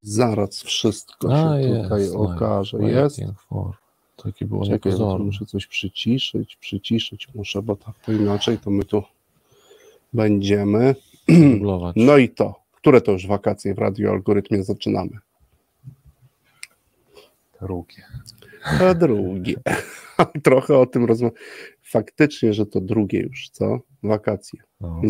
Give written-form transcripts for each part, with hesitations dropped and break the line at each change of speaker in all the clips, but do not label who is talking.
Zaraz wszystko się tutaj okaże. Jest?
Taki było
Czekaj, muszę coś przyciszyć muszę, bo tak to inaczej to my tu będziemy. No i to. Które to już wakacje w Radiu Algorytmie zaczynamy? Drugie. Trochę o tym rozmawiam. Faktycznie, że to drugie już, co? Wakacje. No.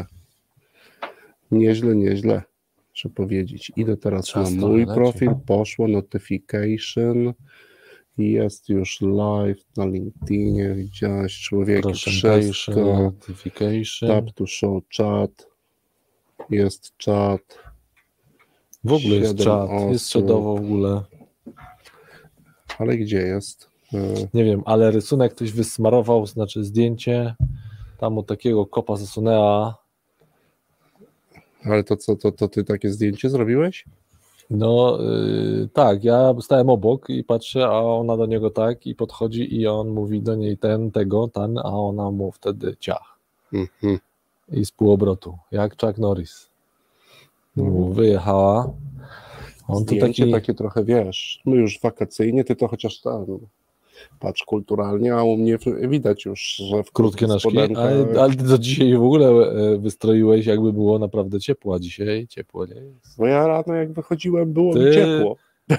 Nieźle. Muszę powiedzieć. Idę teraz na mój profil, poszło notification, jest już live na LinkedInie, widziałeś, człowiek, wszystko, tap to show chat, jest czat.
W ogóle jest czat, jest czadowo w ogóle.
Ale gdzie jest?
Nie wiem, ale rysunek ktoś wysmarował, znaczy zdjęcie tam od takiego kopa ze Sunea.
Ale to co, to ty takie zdjęcie zrobiłeś?
No tak, ja stałem obok i patrzę, a ona do niego tak i podchodzi i on mówi do niej ten, a ona mu wtedy ciach. I z półobrotu, jak Chuck Norris. Wyjechała.
On zdjęcie takie trochę, wiesz, my już wakacyjnie, ty to chociaż tam patrz kulturalnie, a u mnie widać już, że w
krótkie nożki, ale ty to dzisiaj w ogóle wystroiłeś, jakby było naprawdę ciepło, a dzisiaj ciepło nie jest.
Bo ja rano jak wychodziłem, było mi ciepło.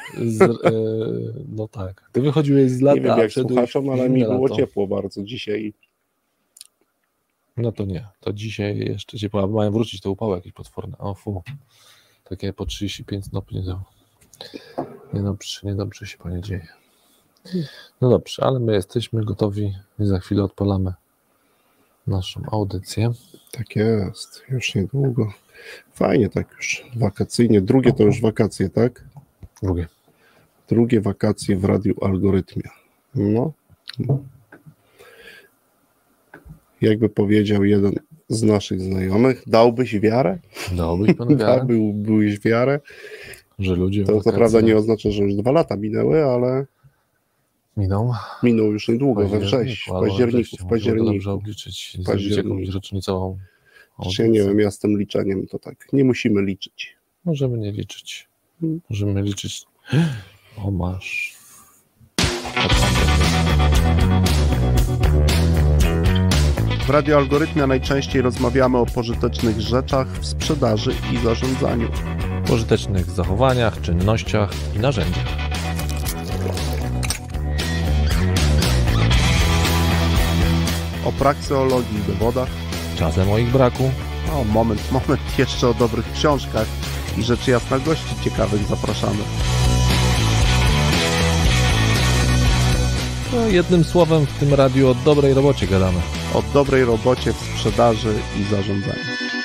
No tak, ty wychodziłeś z lata.
Nie wiem jak słuchaczom, ale mi było ciepło bardzo dzisiaj.
No to nie, to dzisiaj jeszcze ciepło, a mają wrócić te upały jakieś potworne. O fu, takie po 35 stopni. Niedobrze się panie dzieje. No dobrze, ale my jesteśmy gotowi i za chwilę odpalamy naszą audycję.
Tak jest, już niedługo. Fajnie tak już wakacyjnie. Drugie to już wakacje, tak? Drugie wakacje w Radiu Algorytmie. No. Jakby powiedział jeden z naszych znajomych, dałbyś wiarę?
Dałbyś pan wiarę?
Byłbyś wiarę?
Że ludzie
to co prawda nie oznacza, że już 2 lata minęły, ale minął już niedługo, we wrześniu, w październiku.
Dobrze obliczyć, zrobić jakąś rocznicową.
Ja nie wiem, ja z tym liczeniem to tak, nie musimy liczyć.
Możemy nie liczyć. Możemy liczyć. O, masz.
W Radio Algorytmie najczęściej rozmawiamy o pożytecznych rzeczach w sprzedaży i zarządzaniu.
Pożytecznych zachowaniach, czynnościach i narzędziach.
O prakseologii i dowodach.
Czasem o ich braku.
O, moment, jeszcze o dobrych książkach i rzecz jasna gości ciekawych zapraszamy.
No, jednym słowem w tym radiu o dobrej robocie gadamy.
O dobrej robocie w sprzedaży i zarządzaniu.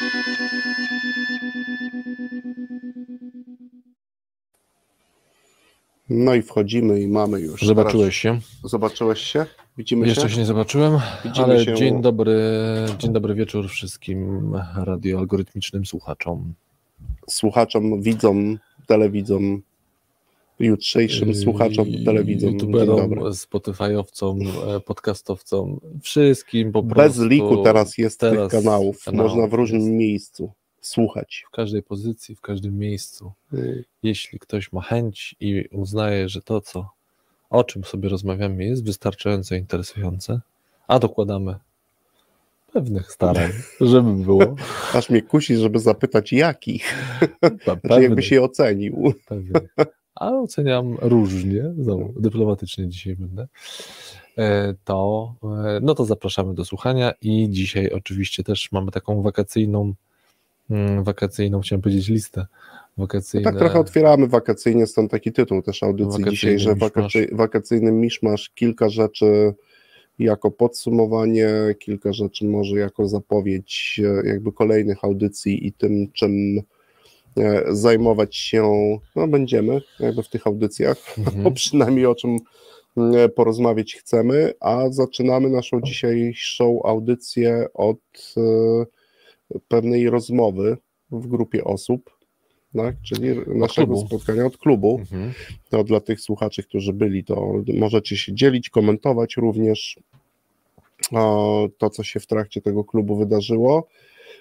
No i wchodzimy i mamy już.
Zobaczyłeś się?
Zobaczyłeś się? Widzimy
Jeszcze się nie zobaczyłem,
Widzimy
ale
się.
Dzień dobry wieczór wszystkim radioalgorytmicznym słuchaczom.
Słuchaczom, widzom, telewidzom, jutrzejszym słuchaczom, telewidzom.
YouTuberom, Spotify'owcom, podcastowcom, wszystkim po prostu.
Bez liku teraz jest tych kanałów. Można w różnym miejscu słuchać.
W każdej pozycji, w każdym miejscu. Jeśli ktoś ma chęć i uznaje, że to, o czym sobie rozmawiamy, jest wystarczająco interesujące, a dokładamy pewnych starań, żeby było.
Aż mnie kusi, żeby zapytać jakich. Znaczy jakbyś je ocenił.
Pewnie. A oceniam różnie, dyplomatycznie dzisiaj będę. No to zapraszamy do słuchania i dzisiaj oczywiście też mamy taką wakacyjną, chciałem powiedzieć listę.
No tak trochę otwieramy wakacyjnie, stąd taki tytuł też audycji dzisiaj, że wakacyjny miszmasz, kilka rzeczy jako podsumowanie, kilka rzeczy może jako zapowiedź jakby kolejnych audycji i tym, czym zajmować się będziemy jakby w tych audycjach, bo przynajmniej o czym porozmawiać chcemy, a zaczynamy naszą dzisiejszą audycję od pewnej rozmowy w grupie osób, tak? Czyli naszego spotkania od klubu. To dla tych słuchaczy, którzy byli, to możecie się dzielić, komentować również to, co się w trakcie tego klubu wydarzyło.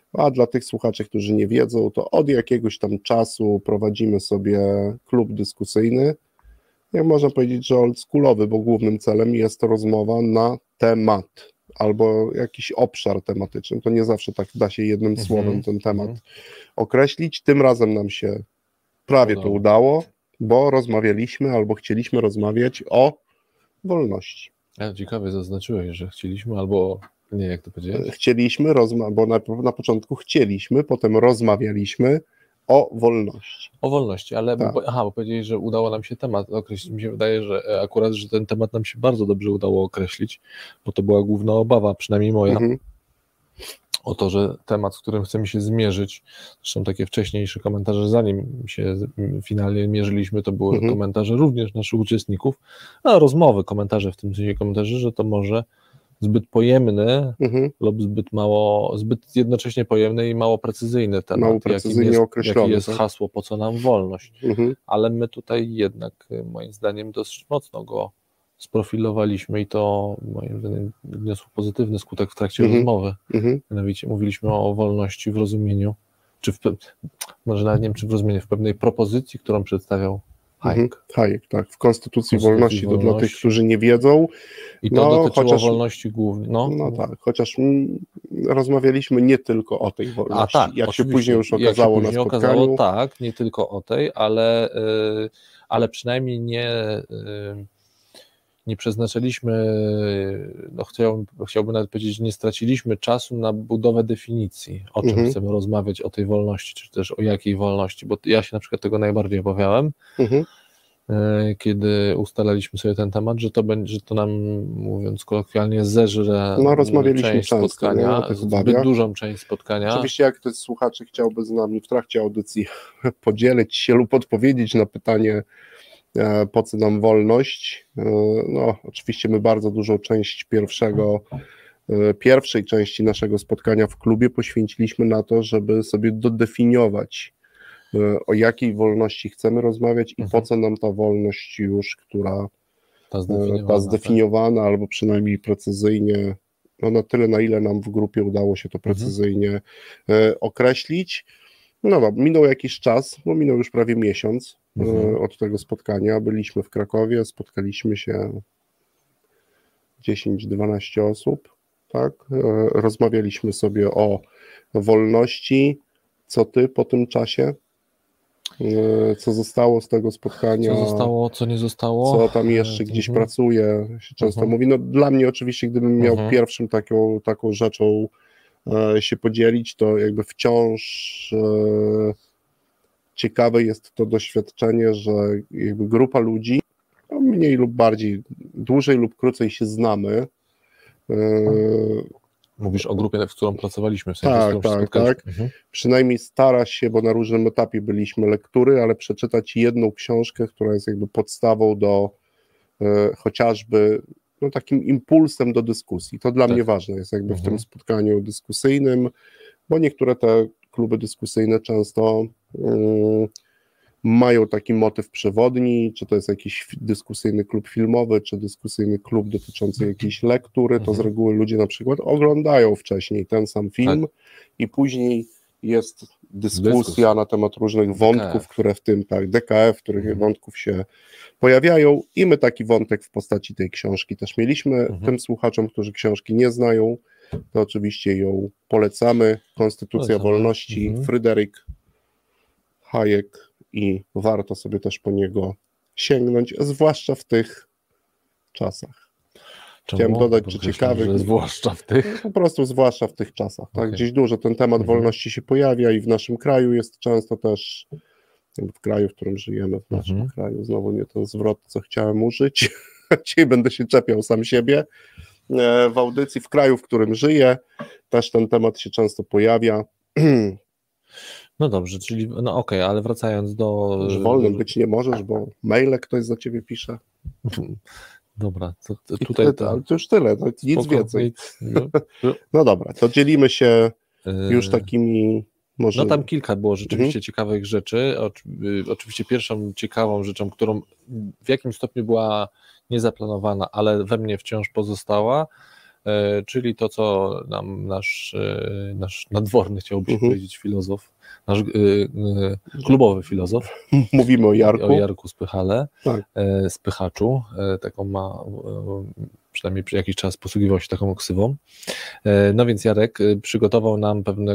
A dla tych słuchaczy, którzy nie wiedzą, to od jakiegoś tam czasu prowadzimy sobie klub dyskusyjny. Jak można powiedzieć, że oldschoolowy, bo głównym celem jest rozmowa na temat albo jakiś obszar tematyczny. To nie zawsze tak da się jednym słowem ten temat określić. Tym razem nam się prawie to udało, bo rozmawialiśmy albo chcieliśmy rozmawiać o wolności.
Ciekawie zaznaczyłeś, że chcieliśmy albo nie, jak to powiedziałeś?
Chcieliśmy, bo na początku chcieliśmy, potem rozmawialiśmy o wolności.
O wolności, ale tak. Bo powiedzieli, że udało nam się temat określić. Mi się wydaje, że akurat, że ten temat nam się bardzo dobrze udało określić, bo to była główna obawa, przynajmniej moja, o to, że temat, z którym chcemy się zmierzyć, zresztą takie wcześniejsze komentarze, zanim się finalnie mierzyliśmy, to były komentarze również naszych uczestników, a rozmowy, komentarze w tym sensie komentarzy, że to może zbyt pojemny lub zbyt jednocześnie pojemny i mało precyzyjny temat,
mało precyzyjnie określony,
jaki jest hasło, po co nam wolność. Ale my tutaj jednak, moim zdaniem, dosyć mocno go sprofilowaliśmy i to moim zdaniem wniosło pozytywny skutek w trakcie rozmowy. Mianowicie mówiliśmy o wolności w rozumieniu, może nawet nie wiem, czy w rozumieniu, w pewnej propozycji, którą przedstawiał Hayek.
Hayek, tak, w Konstytucji Wolności, to dla tych, którzy nie wiedzą.
I to dotyczyło wolności głównie. No
tak, chociaż rozmawialiśmy nie tylko o tej wolności, jak się później już okazało na spotkaniu.
Tak, nie tylko o tej, ale przynajmniej nie przeznaczyliśmy, chciałbym nawet powiedzieć, nie straciliśmy czasu na budowę definicji, o czym chcemy rozmawiać, o tej wolności, czy też o jakiej wolności, bo ja się na przykład tego najbardziej obawiałem, kiedy ustalaliśmy sobie ten temat, że to nam, mówiąc kolokwialnie, zeżre
rozmawialiśmy
część spotkania, zbyt dużą część spotkania.
Oczywiście jak ktoś z słuchaczy chciałby z nami w trakcie audycji podzielić się lub odpowiedzieć na pytanie, po co nam wolność, oczywiście my bardzo dużą część pierwszej części naszego spotkania w klubie poświęciliśmy na to, żeby sobie dodefiniować, o jakiej wolności chcemy rozmawiać i po co nam ta wolność już, która ta zdefiniowana, albo przynajmniej precyzyjnie, na tyle, na ile nam w grupie udało się to precyzyjnie określić. Minął jakiś czas, minął już prawie miesiąc od tego spotkania. Byliśmy w Krakowie, spotkaliśmy się 10-12 osób, tak? Rozmawialiśmy sobie o wolności. Co ty po tym czasie? Co zostało z tego spotkania?
Co zostało, co nie zostało?
Co tam jeszcze gdzieś pracuje, się często mówi. Dla mnie oczywiście, gdybym miał pierwszym taką rzeczą się podzielić, to jakby wciąż ciekawe jest to doświadczenie, że jakby grupa ludzi, mniej lub bardziej, dłużej lub krócej się znamy.
Mówisz o grupie, w którą pracowaliśmy. W sensie,
tak. Przynajmniej stara się, bo na różnym etapie byliśmy lektury, ale przeczytać jedną książkę, która jest jakby podstawą do chociażby takim impulsem do dyskusji. To dla mnie ważne jest jakby w tym spotkaniu dyskusyjnym, bo niektóre te kluby dyskusyjne często mają taki motyw przewodni, czy to jest jakiś dyskusyjny klub filmowy, czy dyskusyjny klub dotyczący jakiejś lektury, to z reguły ludzie na przykład oglądają wcześniej ten sam film i później jest dyskusja na temat różnych wątków, które w tym, DKF, których wątków się pojawiają i my taki wątek w postaci tej książki też mieliśmy. Tym słuchaczom, którzy książki nie znają, to oczywiście ją polecamy. Konstytucja Wolności, Fryderyk Hayek, i warto sobie też po niego sięgnąć, zwłaszcza w tych czasach. Chciałem dodać, czy ciekawych.
Zwłaszcza w tych?
Po prostu zwłaszcza w tych czasach. Tak? Gdzieś dużo ten temat wolności się pojawia i w naszym kraju jest często też, w kraju, w którym żyjemy, w naszym kraju, znowu nie ten zwrot, co chciałem użyć. Dzisiaj będę się czepiał sam siebie. W audycji, w kraju, w którym żyję, też ten temat się często pojawia.
No dobrze, czyli ale wracając do...
Że wolnym być nie możesz, bo maile ktoś za ciebie pisze.
Dobra, to tutaj...
To już tyle, nic więcej. No dobra, to dzielimy się już takimi... Może...
tam kilka było rzeczywiście ciekawych rzeczy. Oczywiście pierwszą ciekawą rzeczą, którą w jakimś stopniu była niezaplanowana, ale we mnie wciąż pozostała, czyli to, co nam nasz nadworny, chciałby się powiedzieć, filozof, nasz klubowy filozof.
Mówimy o Jarku.
O Jarku Spychale, tak. Spychaczu, taką ma, przynajmniej przez jakiś czas posługiwał się taką ksywą. No więc Jarek przygotował nam pewne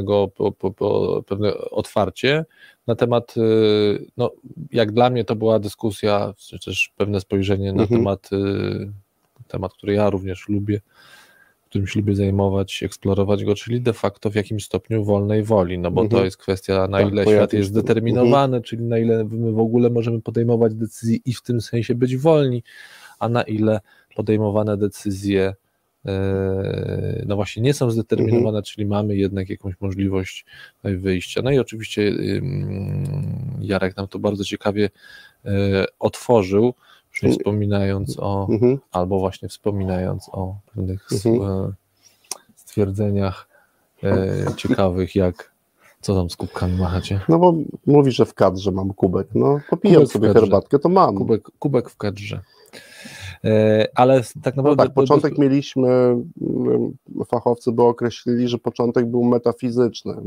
otwarcie na temat, no jak dla mnie to była dyskusja, czy też pewne spojrzenie na temat, który ja również lubię, którym się lubię zajmować, eksplorować go, czyli de facto w jakimś stopniu wolnej woli, no bo to jest kwestia, na ile świat jest zdeterminowany, czyli na ile my w ogóle możemy podejmować decyzje i w tym sensie być wolni, a na ile podejmowane decyzje no właśnie nie są zdeterminowane, czyli mamy jednak jakąś możliwość wyjścia. No i oczywiście Jarek nam to bardzo ciekawie otworzył, wspominając o, albo właśnie wspominając o pewnych stwierdzeniach ciekawych, jak co tam z kubkami machacie?
No bo mówisz, że w kadrze mam kubek, no popijam sobie herbatkę, to mam.
Kubek w kadrze. Ale tak naprawdę...
No tak, początek mieliśmy, fachowcy by określili, że początek był metafizyczny.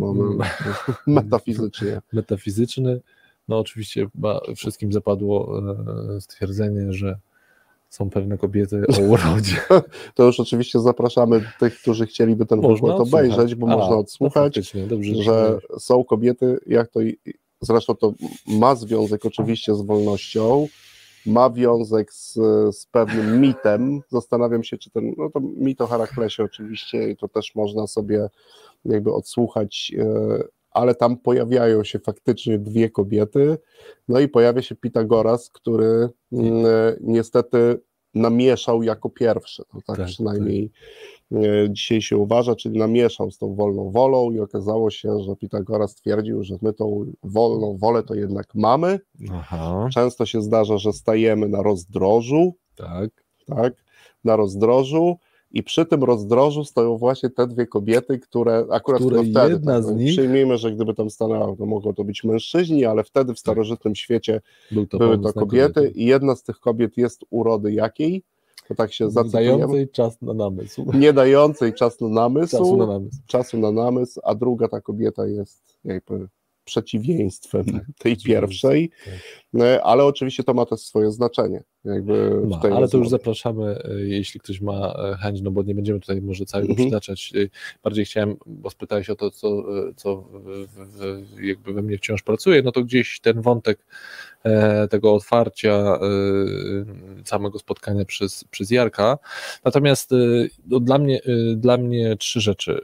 Metafizyczny. No oczywiście chyba wszystkim zapadło stwierdzenie, że są pewne kobiety o urodzie.
To już oczywiście zapraszamy tych, którzy chcieliby ten wykład obejrzeć, bo można odsłuchać, że są kobiety, zresztą to ma związek oczywiście z wolnością, ma związek z pewnym mitem. Zastanawiam się, czy to mit o Heraklesie oczywiście, i to też można sobie jakby odsłuchać, ale tam pojawiają się faktycznie dwie kobiety, no i pojawia się Pitagoras, który niestety namieszał jako pierwszy, no tak przynajmniej dzisiaj się uważa, czyli namieszał z tą wolną wolą i okazało się, że Pitagoras twierdził, że my tą wolną wolę to jednak mamy.
Aha.
Często się zdarza, że stajemy na rozdrożu, tak, na rozdrożu, i przy tym rozdrożu stoją właśnie te dwie kobiety, które akurat wtedy,
jedna z nich...
przyjmijmy, że gdyby tam stanęła, to mogło to być mężczyźni, ale wtedy w starożytnym świecie były to kobiety i jedna z tych kobiet jest urody jakiej? To tak się zacytujemy.
Nie dającej czas na namysł.
Nie dającej czasu na namysł, a druga ta kobieta jest jakby przeciwieństwem tej pierwszej, ale oczywiście to ma też swoje znaczenie.
Ale to już zapraszamy, jeśli ktoś ma chęć, no bo nie będziemy tutaj może całego przytaczać. Bardziej chciałem, bo spytałeś o to, co jakby we mnie wciąż pracuje, no to gdzieś ten wątek tego otwarcia samego spotkania przez Jarka. Natomiast dla mnie trzy rzeczy.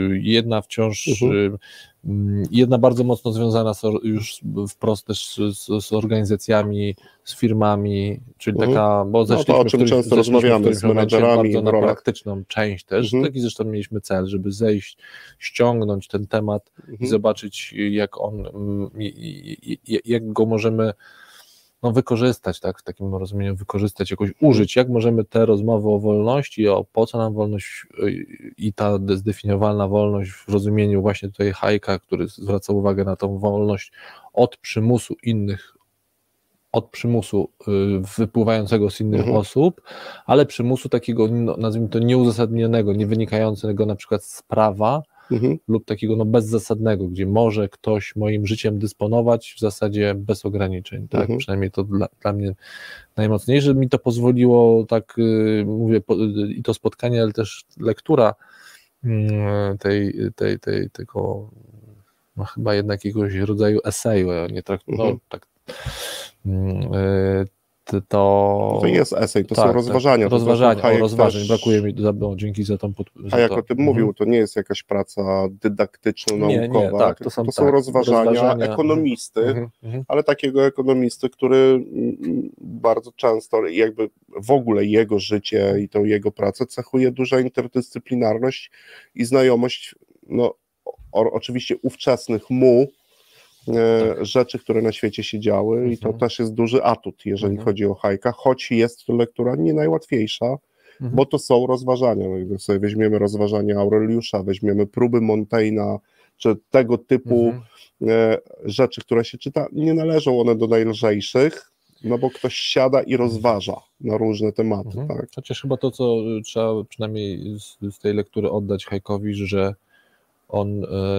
Jedna bardzo mocno związana już wprost też z organizacjami, z firmami, czyli taka, bo zeszliśmy,
to, o czym często rozmawiamy z menadżerami,
bardzo na praktyczną część też, taki zresztą mieliśmy cel, żeby zejść, ściągnąć ten temat i zobaczyć, jak go możemy wykorzystać, tak, w takim rozumieniu wykorzystać, jakoś użyć, jak możemy te rozmowy o wolności, o po co nam wolność i ta zdefiniowalna wolność w rozumieniu właśnie tutaj Hayeka, który zwraca uwagę na tą wolność od przymusu innych, od przymusu wypływającego z innych osób, ale przymusu takiego, nazwijmy to nieuzasadnionego, nie wynikającego na przykład z prawa, lub takiego bezzasadnego, gdzie może ktoś moim życiem dysponować w zasadzie bez ograniczeń, tak? Przynajmniej to dla mnie najmocniejsze. Mi to pozwoliło, tak mówię, i to spotkanie, ale też lektura tego chyba jednak jakiegoś rodzaju eseju,
To jest esej, to są rozważania.
Rozważań, brakuje mi, dzięki za tą
A jak o tym mówił, to nie jest jakaś praca dydaktyczno-naukowa, to są rozważania ekonomisty, ale takiego ekonomisty, który bardzo często, jakby w ogóle jego życie i tą jego pracę cechuje duża interdyscyplinarność i znajomość, oczywiście ówczesnych rzeczy, które na świecie się działy i to też jest duży atut, jeżeli chodzi o Hayeka, choć jest to lektura nie najłatwiejsza, bo to są rozważania. Gdy sobie weźmiemy rozważania Aureliusza, weźmiemy próby Montaigne'a, czy tego typu rzeczy, które się czyta, nie należą one do najlżejszych No bo ktoś siada i rozważa na różne tematy, tak?
Chociaż chyba to, co trzeba przynajmniej z tej lektury oddać Haykowi, że on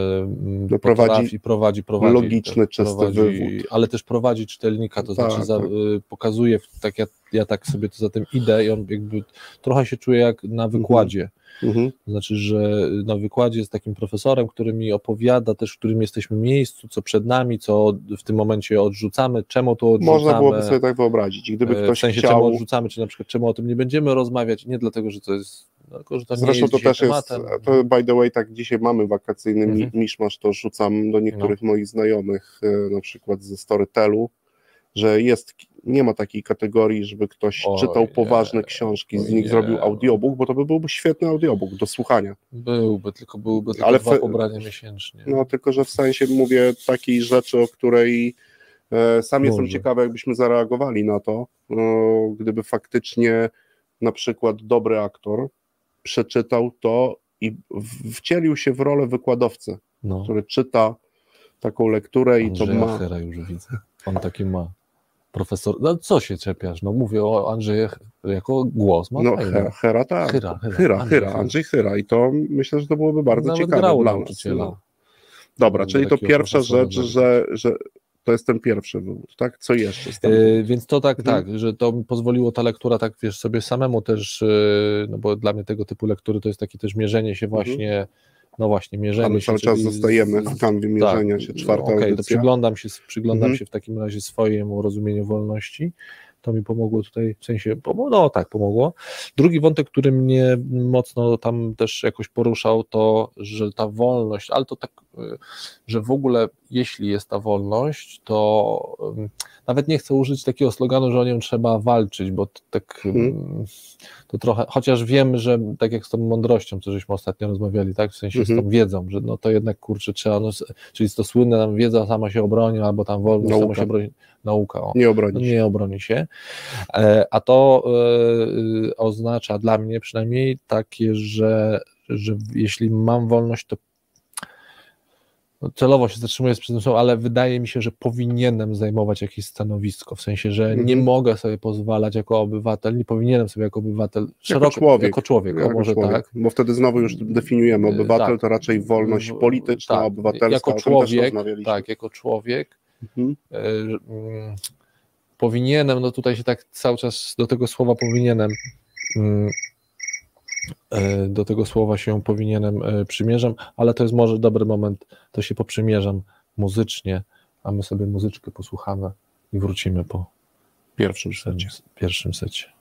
prowadzi
logiczny, czysty wywód.
Ale też prowadzi czytelnika, to znaczy pokazuje, tak ja tak sobie to za tym idę i on jakby trochę się czuje jak na wykładzie. To znaczy, że na wykładzie jest takim profesorem, który mi opowiada też, w którym jesteśmy miejscu, co przed nami, co w tym momencie odrzucamy, czemu to odrzucamy.
Można byłoby sobie tak wyobrazić. Gdyby ktoś
w sensie
chciał...
czemu odrzucamy, czy na przykład czemu o tym nie będziemy rozmawiać, nie dlatego, że to jest... Tylko, że to
zresztą
nie jest
to też
tematem.
jest, to by the way, tak dzisiaj mamy wakacyjny miszmasz, to rzucam do niektórych moich znajomych, na przykład ze Storytelu, że nie ma takiej kategorii, żeby ktoś czytał poważne książki, z nich zrobił audiobook, bo to byłby świetny audiobook do słuchania.
Byłby tylko 2 pobrania miesięcznie.
No tylko, że w sensie mówię takiej rzeczy, o której sam jestem ciekawy, jakbyśmy zareagowali na to, gdyby faktycznie na przykład dobry aktor przeczytał to i wcielił się w rolę wykładowcy, który czyta taką lekturę i to ma...
Hera już widzę, on taki ma. Profesor, no co się czepiasz? No mówię o Andrzeju jako głos.
Hera, tak. Andrzej Hyra i to myślę, że to byłoby bardzo
nawet
ciekawe
grał
dla
nauczyciela.
nas. Dobra, czyli to pierwsza rzecz, że to jest ten pierwszy wywód, tak? Co jeszcze?
Więc to tak, że to mi pozwoliło ta lektura, tak wiesz, sobie samemu też, no bo dla mnie tego typu lektury to jest takie też mierzenie się właśnie, mierzenie
ale
się.
cały czas zostajemy w kanwie mierzenia się, 4. audycja.
To przyglądam się w takim razie swojemu rozumieniu wolności. To mi pomogło tutaj, w sensie, pomogło. Drugi wątek, który mnie mocno tam też jakoś poruszał, to, że ta wolność, ale to tak, że w ogóle jeśli jest ta wolność, to nawet nie chcę użyć takiego sloganu, że o nią trzeba walczyć, bo to tak to trochę, chociaż wiem, że tak jak z tą mądrością, co żeśmy ostatnio rozmawiali, tak, w sensie z tą wiedzą, że no to jednak kurczę trzeba, czyli jest to słynne tam wiedza sama się obroni, albo tam wolność sama się obroni, nauka, nie obroni się, a to oznacza dla mnie przynajmniej takie, że jeśli mam wolność, to celowo się zatrzymuję z przedmysłem, ale wydaje mi się, że powinienem zajmować jakieś stanowisko, w sensie, że nie mogę sobie pozwalać jako obywatel, nie powinienem sobie jako obywatel, jako człowiek, tak.
Bo wtedy znowu już definiujemy obywatel, to raczej wolność polityczna, obywatelska,
jako człowiek, powinienem, no tutaj się tak cały czas do tego słowa powinienem przymierzam, ale to jest może dobry moment, to się poprzymierzam muzycznie, a my sobie muzyczkę posłuchamy i wrócimy po pierwszym secie.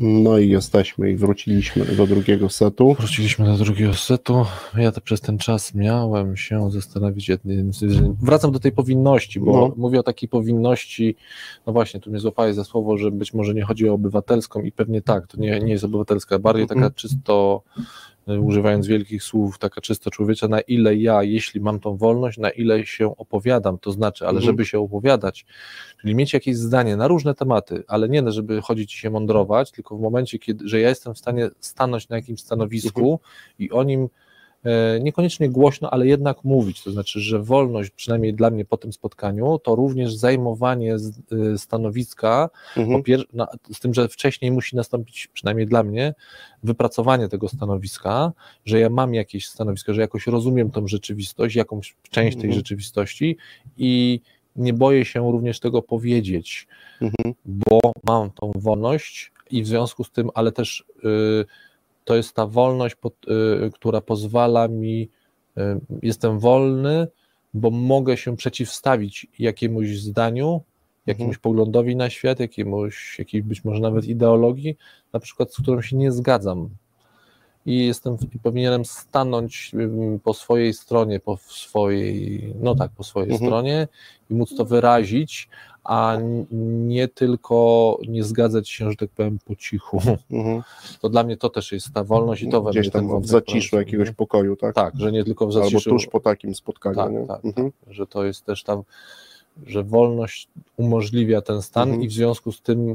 No i jesteśmy i wróciliśmy do drugiego setu.
Ja to przez ten czas miałem się zastanowić, wracam do tej powinności, bo mówię o takiej powinności, no właśnie, tu mnie złapałeś za słowo, że być może nie chodzi o obywatelską i pewnie tak, to nie jest obywatelska, bardziej taka czysto, używając wielkich słów, taka czysto człowiecza, na ile ja, jeśli mam tą wolność, na ile się opowiadam, to znaczy, ale żeby się opowiadać, czyli mieć jakieś zdanie na różne tematy, ale nie żeby chodzić i się mądrować, tylko w momencie, że ja jestem w stanie stanąć na jakimś stanowisku i o nim niekoniecznie głośno, ale jednak mówić, to znaczy, że wolność, przynajmniej dla mnie po tym spotkaniu, to również zajmowanie stanowiska, z tym, że wcześniej musi nastąpić, przynajmniej dla mnie, wypracowanie tego stanowiska, że ja mam jakieś stanowisko, że jakoś rozumiem tą rzeczywistość, jakąś część tej rzeczywistości i nie boję się również tego powiedzieć, bo mam tą wolność i w związku z tym, ale też to jest ta wolność, która pozwala mi, jestem wolny, bo mogę się przeciwstawić jakiemuś zdaniu, jakiemuś poglądowi na świat, jakiejś być może nawet ideologii, na przykład z którą się nie zgadzam. I powinienem stanąć po swojej stronie, po swojej stronie i móc to wyrazić, a nie tylko nie zgadzać się, że tak powiem, po cichu. To dla mnie to też jest ta wolność i to we
gdzieś
mnie
tam w zaciszu jakiegoś pokoju, tak?
Tak, że nie tylko w zaciszu.
Albo tuż po takim spotkaniu.
Tak, że to jest też że wolność umożliwia ten stan i w związku z tym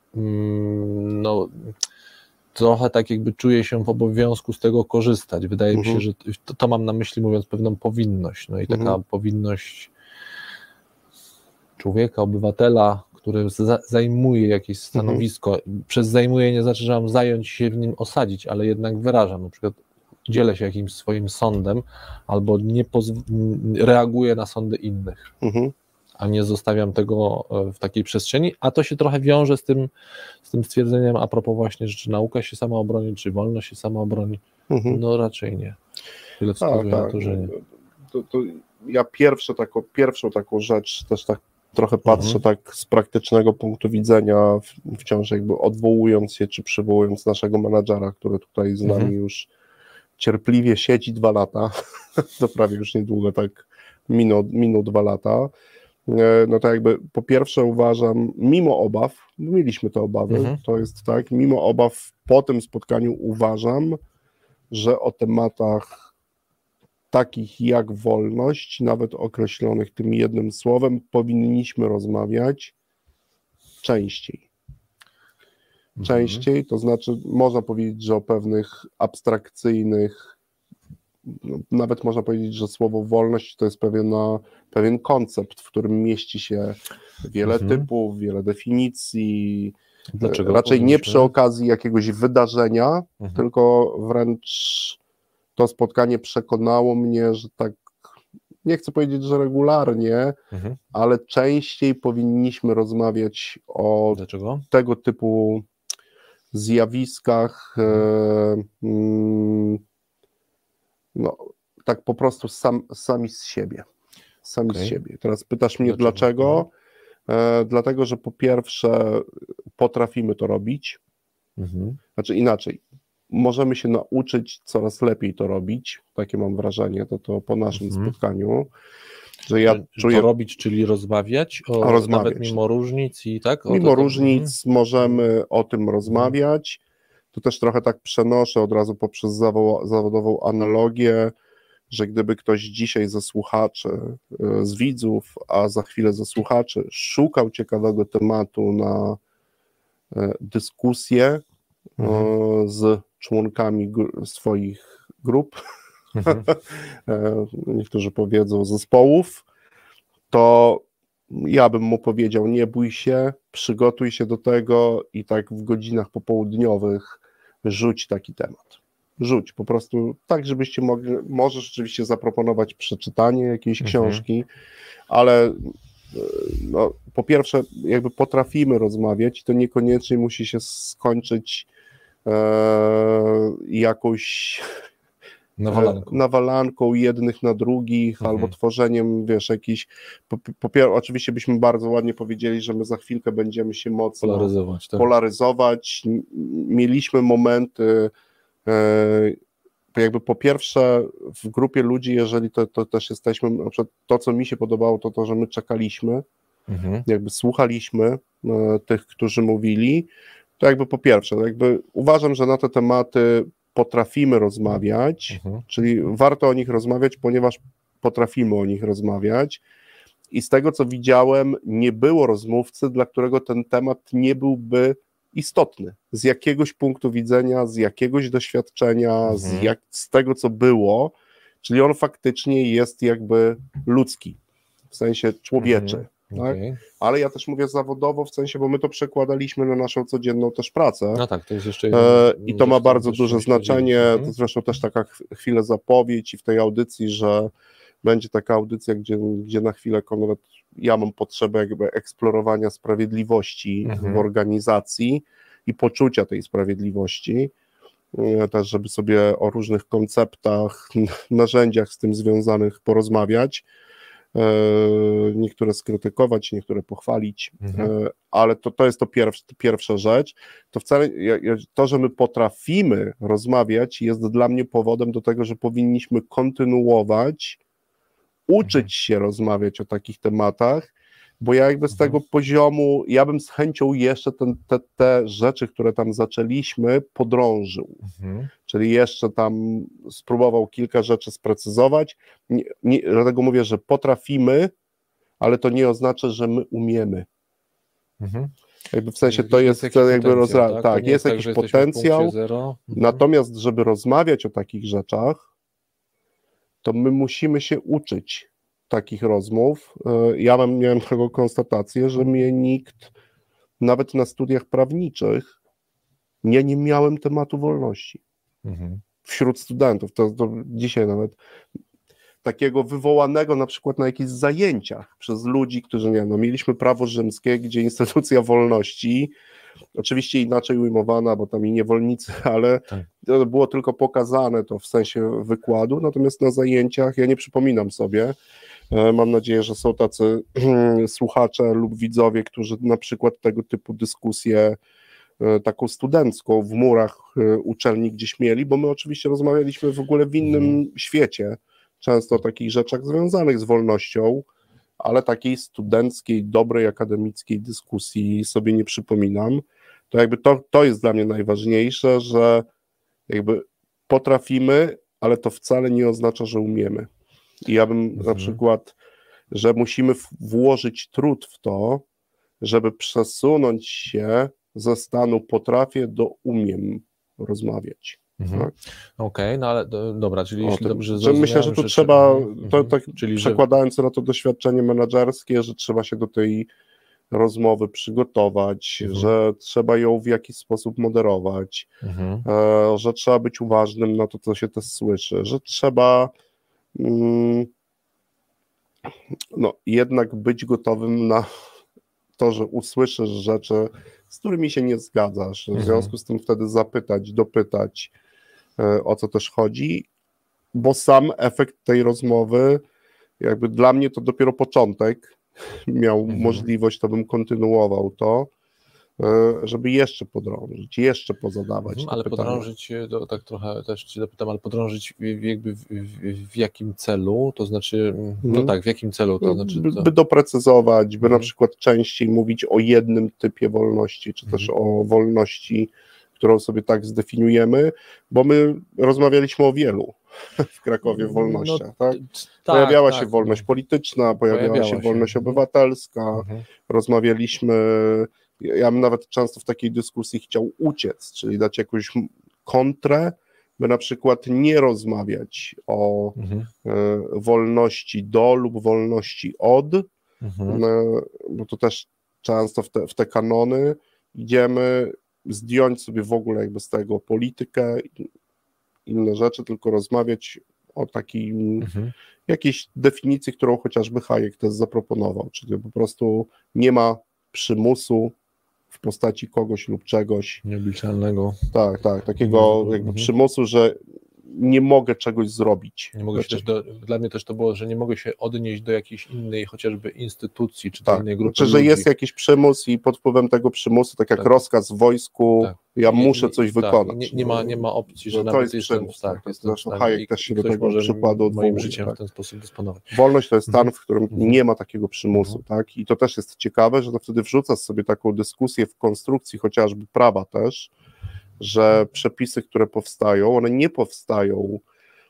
trochę tak jakby czuję się w obowiązku z tego korzystać. Wydaje mi się, że to mam na myśli, mówiąc pewną powinność. No i taka powinność człowieka, obywatela, który zajmuje jakieś stanowisko. Przez zajmuje nie znaczy, że mam zająć się w nim, osadzić, ale jednak wyrażam. Na przykład dzielę się jakimś swoim sądem albo nie reaguję na sądy innych. A nie zostawiam tego w takiej przestrzeni, a to się trochę wiąże z tym stwierdzeniem a propos właśnie, że czy nauka się sama obroni, czy wolność się sama obroni. No raczej nie. Tyle wskazuje na to, że nie.
To ja pierwszą taką rzecz też tak trochę patrzę tak z praktycznego punktu widzenia, wciąż jakby odwołując się, czy przywołując naszego menadżera, który tutaj z nami już cierpliwie siedzi 2 lata, to prawie już niedługo tak minął 2 lata. No to jakby po pierwsze uważam, mimo obaw, mieliśmy te obawy, to jest tak, mimo obaw po tym spotkaniu uważam, że o tematach takich jak wolność, nawet określonych tym jednym słowem, powinniśmy rozmawiać częściej. Częściej, to znaczy można powiedzieć, że o pewnych abstrakcyjnych, nawet można powiedzieć, że słowo wolność to jest pewien koncept, w którym mieści się wiele typów, wiele definicji.
Dlaczego?
Raczej nie przy okazji jakiegoś wydarzenia, tylko wręcz to spotkanie przekonało mnie, że tak, nie chcę powiedzieć, że regularnie, ale częściej powinniśmy rozmawiać o tego typu zjawiskach, tak po prostu sami z siebie. Z siebie. Teraz pytasz mnie dlaczego? Dlatego, że po pierwsze potrafimy to robić, znaczy inaczej, możemy się nauczyć coraz lepiej to robić, takie mam wrażenie, to po naszym spotkaniu, że ja czuję...
To robić, czyli rozmawiać, nawet mimo różnic i tak?
Mimo różnic możemy o tym rozmawiać, to też trochę tak przenoszę od razu poprzez zawodową analogię, że gdyby ktoś dzisiaj ze słuchaczy, z widzów, a za chwilę ze słuchaczy szukał ciekawego tematu na dyskusję z członkami swoich grup, niektórzy powiedzą zespołów, to ja bym mu powiedział, nie bój się, przygotuj się do tego i tak w godzinach popołudniowych rzuć taki temat. Rzuć po prostu tak, żebyście mogli, może rzeczywiście zaproponować przeczytanie jakiejś książki, ale po pierwsze jakby potrafimy rozmawiać i to niekoniecznie musi się skończyć jakąś nawalanką jednych na drugich, albo tworzeniem, wiesz, jakiś, oczywiście byśmy bardzo ładnie powiedzieli, że my za chwilkę będziemy się mocno polaryzować. Mieliśmy momenty, jakby po pierwsze w grupie ludzi, jeżeli to też jesteśmy, na przykład to, co mi się podobało, to, że my czekaliśmy, jakby słuchaliśmy tych, którzy mówili, to jakby po pierwsze, jakby uważam, że na te tematy potrafimy rozmawiać, czyli warto o nich rozmawiać, ponieważ potrafimy o nich rozmawiać i z tego, co widziałem, nie było rozmówcy, dla którego ten temat nie byłby istotny, z jakiegoś punktu widzenia, z jakiegoś doświadczenia, z tego, co było, czyli on faktycznie jest jakby ludzki, w sensie człowieczy. Tak? Ale ja też mówię zawodowo, w sensie, bo my to przekładaliśmy na naszą codzienną też pracę.
No tak, to jest jeszcze
i to ma bardzo duże znaczenie, to zresztą też taka chwilę zapowiedź i w tej audycji, że będzie taka audycja, gdzie na chwilę nawet ja mam potrzebę jakby eksplorowania sprawiedliwości w organizacji i poczucia tej sprawiedliwości, też żeby sobie o różnych konceptach, narzędziach z tym związanych porozmawiać, niektóre skrytykować, niektóre pochwalić, ale to jest pierwsza rzecz. To wcale, to, że my potrafimy rozmawiać, jest dla mnie powodem do tego, że powinniśmy kontynuować, uczyć się rozmawiać o takich tematach, bo ja jakby z tego poziomu, ja bym z chęcią jeszcze te rzeczy, które tam zaczęliśmy, podrążył. Czyli jeszcze tam spróbował kilka rzeczy sprecyzować. Dlatego mówię, że potrafimy, ale to nie oznacza, że my umiemy. Jakby w sensie to jest jakby tak, jest jakiś potencjał, natomiast żeby rozmawiać o takich rzeczach, to my musimy się uczyć takich rozmów. Ja miałem taką konstatację, że mnie nikt, nawet na studiach prawniczych, nie miałem tematu wolności. Wśród studentów, to dzisiaj nawet takiego wywołanego na przykład na jakichś zajęciach przez ludzi, którzy, mieliśmy prawo rzymskie, gdzie instytucja wolności, oczywiście inaczej ujmowana, bo tam i niewolnicy, ale to było tylko pokazane to w sensie wykładu, natomiast na zajęciach, ja nie przypominam sobie, mam nadzieję, że są tacy słuchacze lub widzowie, którzy na przykład tego typu dyskusję taką studencką w murach uczelni gdzieś mieli, bo my oczywiście rozmawialiśmy w ogóle w innym świecie, często o takich rzeczach związanych z wolnością, ale takiej studenckiej, dobrej akademickiej dyskusji sobie nie przypominam. To jakby to jest dla mnie najważniejsze, że jakby potrafimy, ale to wcale nie oznacza, że umiemy. I ja bym na przykład, że musimy włożyć trud w to, żeby przesunąć się ze stanu potrafię do umiem rozmawiać. Tak?
Okej, no ale dobra, czyli jeśli dobrze zrozumiałem...
Myślę, że tu trzeba, tak czyli przekładając na to doświadczenie menedżerskie, że trzeba się do tej rozmowy przygotować, że trzeba ją w jakiś sposób moderować, że trzeba być uważnym na to, co się też słyszy, że trzeba jednak być gotowym na to, że usłyszysz rzeczy, z którymi się nie zgadzasz, w związku z tym wtedy zapytać, dopytać, o co też chodzi, bo sam efekt tej rozmowy, jakby dla mnie to dopiero początek, miał możliwość, to bym kontynuował to, żeby jeszcze podrążyć, jeszcze pozadawać
ale
pytania.
Podrążyć, tak trochę też Cię dopytam, ale podrążyć jakby w jakim celu, to znaczy, w jakim celu, to znaczy...
By doprecyzować, by na przykład częściej mówić o jednym typie wolności, czy też o wolności, którą sobie tak zdefiniujemy, bo my rozmawialiśmy o wielu w Krakowie wolnościach, tak? Pojawiała się wolność polityczna, pojawiała się wolność obywatelska, rozmawialiśmy, ja bym nawet często w takiej dyskusji chciał uciec, czyli dać jakąś kontrę, by na przykład nie rozmawiać o wolności do lub wolności od, bo to też często w te kanony idziemy, zdjąć sobie w ogóle jakby z tego politykę, inne rzeczy, tylko rozmawiać o takiej jakiejś definicji, którą chociażby Hayek też zaproponował, czyli po prostu nie ma przymusu w postaci kogoś lub czegoś.
Nieobliczalnego.
Tak, takiego jakby przymusu, że nie mogę czegoś zrobić.
Nie mogę się dla mnie też to było, że nie mogę się odnieść do jakiejś innej chociażby instytucji, czy do
tak,
innej grupy
znaczy, że
ludzi.
jest jakiś przymus i pod wpływem tego przymusu, tak jak rozkaz w wojsku, ja muszę coś wykonać.
Nie ma opcji, że
to
nawet
jest przymus.
zresztą
Hayek też się do tego przykładu odwołuje.
Moim życiem w ten sposób dysponować.
Wolność to jest stan, w którym nie ma takiego przymusu, tak? I to też jest ciekawe, że to wtedy wrzucasz sobie taką dyskusję w konstrukcji chociażby prawa też, że przepisy, które powstają, one nie powstają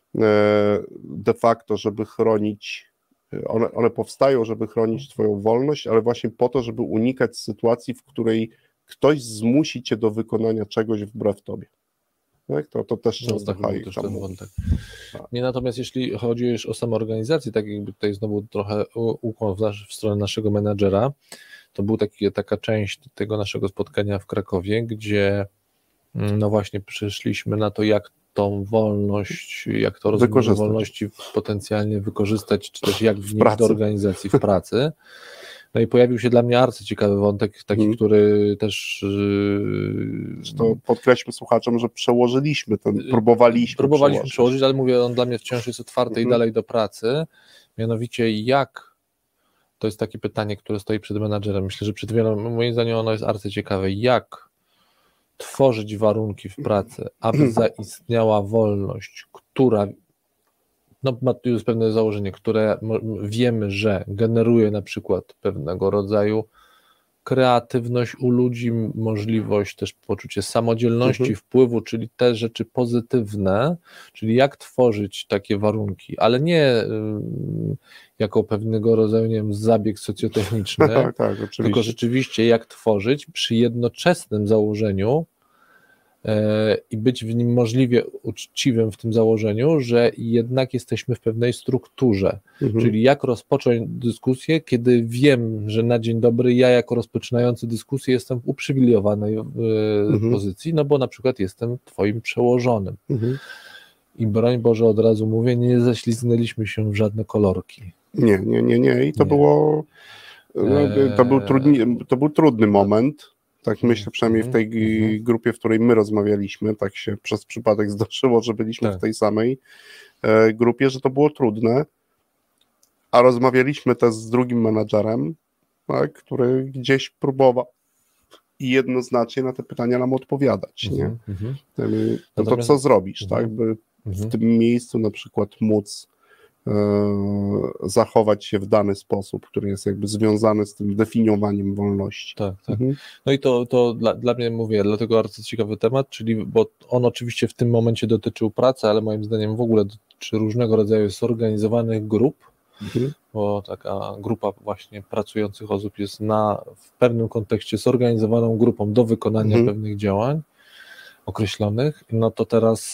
de facto, żeby chronić, one powstają, żeby chronić twoją wolność, ale właśnie po to, żeby unikać sytuacji, w której ktoś zmusi cię do wykonania czegoś wbrew tobie. Tak? To też często Hayek tam mówi.
Nie, natomiast jeśli chodzi już o samoorganizację, tak jakby tutaj znowu trochę ukłon w stronę naszego menadżera, to była taka część tego naszego spotkania w Krakowie, gdzie no właśnie przyszliśmy na to, jak tą wolność, jak to rozumienie wolności potencjalnie wykorzystać, czy też jak wnieść do organizacji w pracy. No i pojawił się dla mnie arcyciekawy wątek, taki, który też...
To podkreślmy słuchaczom, że przełożyliśmy próbowaliśmy
przełożyć, ale mówię, on dla mnie wciąż jest otwarty i dalej do pracy. Mianowicie to jest takie pytanie, które stoi przed menadżerem. Myślę, że moim zdaniem ono jest arcyciekawe. Jak tworzyć warunki w pracy, aby zaistniała wolność, która ma tu jest pewne założenie, które wiemy, że generuje na przykład pewnego rodzaju kreatywność u ludzi, możliwość też poczucie samodzielności, wpływu, czyli te rzeczy pozytywne, czyli jak tworzyć takie warunki, ale nie jako pewnego rodzaju, nie wiem, zabieg socjotechniczny, tylko rzeczywiście jak tworzyć przy jednoczesnym założeniu i być w nim możliwie uczciwym w tym założeniu, że jednak jesteśmy w pewnej strukturze, czyli jak rozpocząć dyskusję, kiedy wiem, że na dzień dobry ja jako rozpoczynający dyskusję jestem w uprzywilejowanej pozycji, no bo na przykład jestem twoim przełożonym. I broń Boże, od razu mówię, nie ześlizgnęliśmy się w żadne kolorki.
Nie. I to był trudny moment. Tak myślę, przynajmniej w tej grupie, w której my rozmawialiśmy, tak się przez przypadek zdarzyło, że byliśmy w tej samej grupie, że to było trudne, a rozmawialiśmy też z drugim menadżerem, tak, który gdzieś próbował i jednoznacznie na te pytania nam odpowiadać, nie? To co zrobisz, tak, by w tym miejscu na przykład móc zachować się w dany sposób, który jest jakby związany z tym definiowaniem wolności.
Tak. No i to dla mnie, mówię, dlatego bardzo ciekawy temat, czyli, bo on oczywiście w tym momencie dotyczył pracy, ale moim zdaniem w ogóle dotyczy różnego rodzaju zorganizowanych grup, bo taka grupa właśnie pracujących osób jest w pewnym kontekście zorganizowaną grupą do wykonania pewnych działań określonych, no to teraz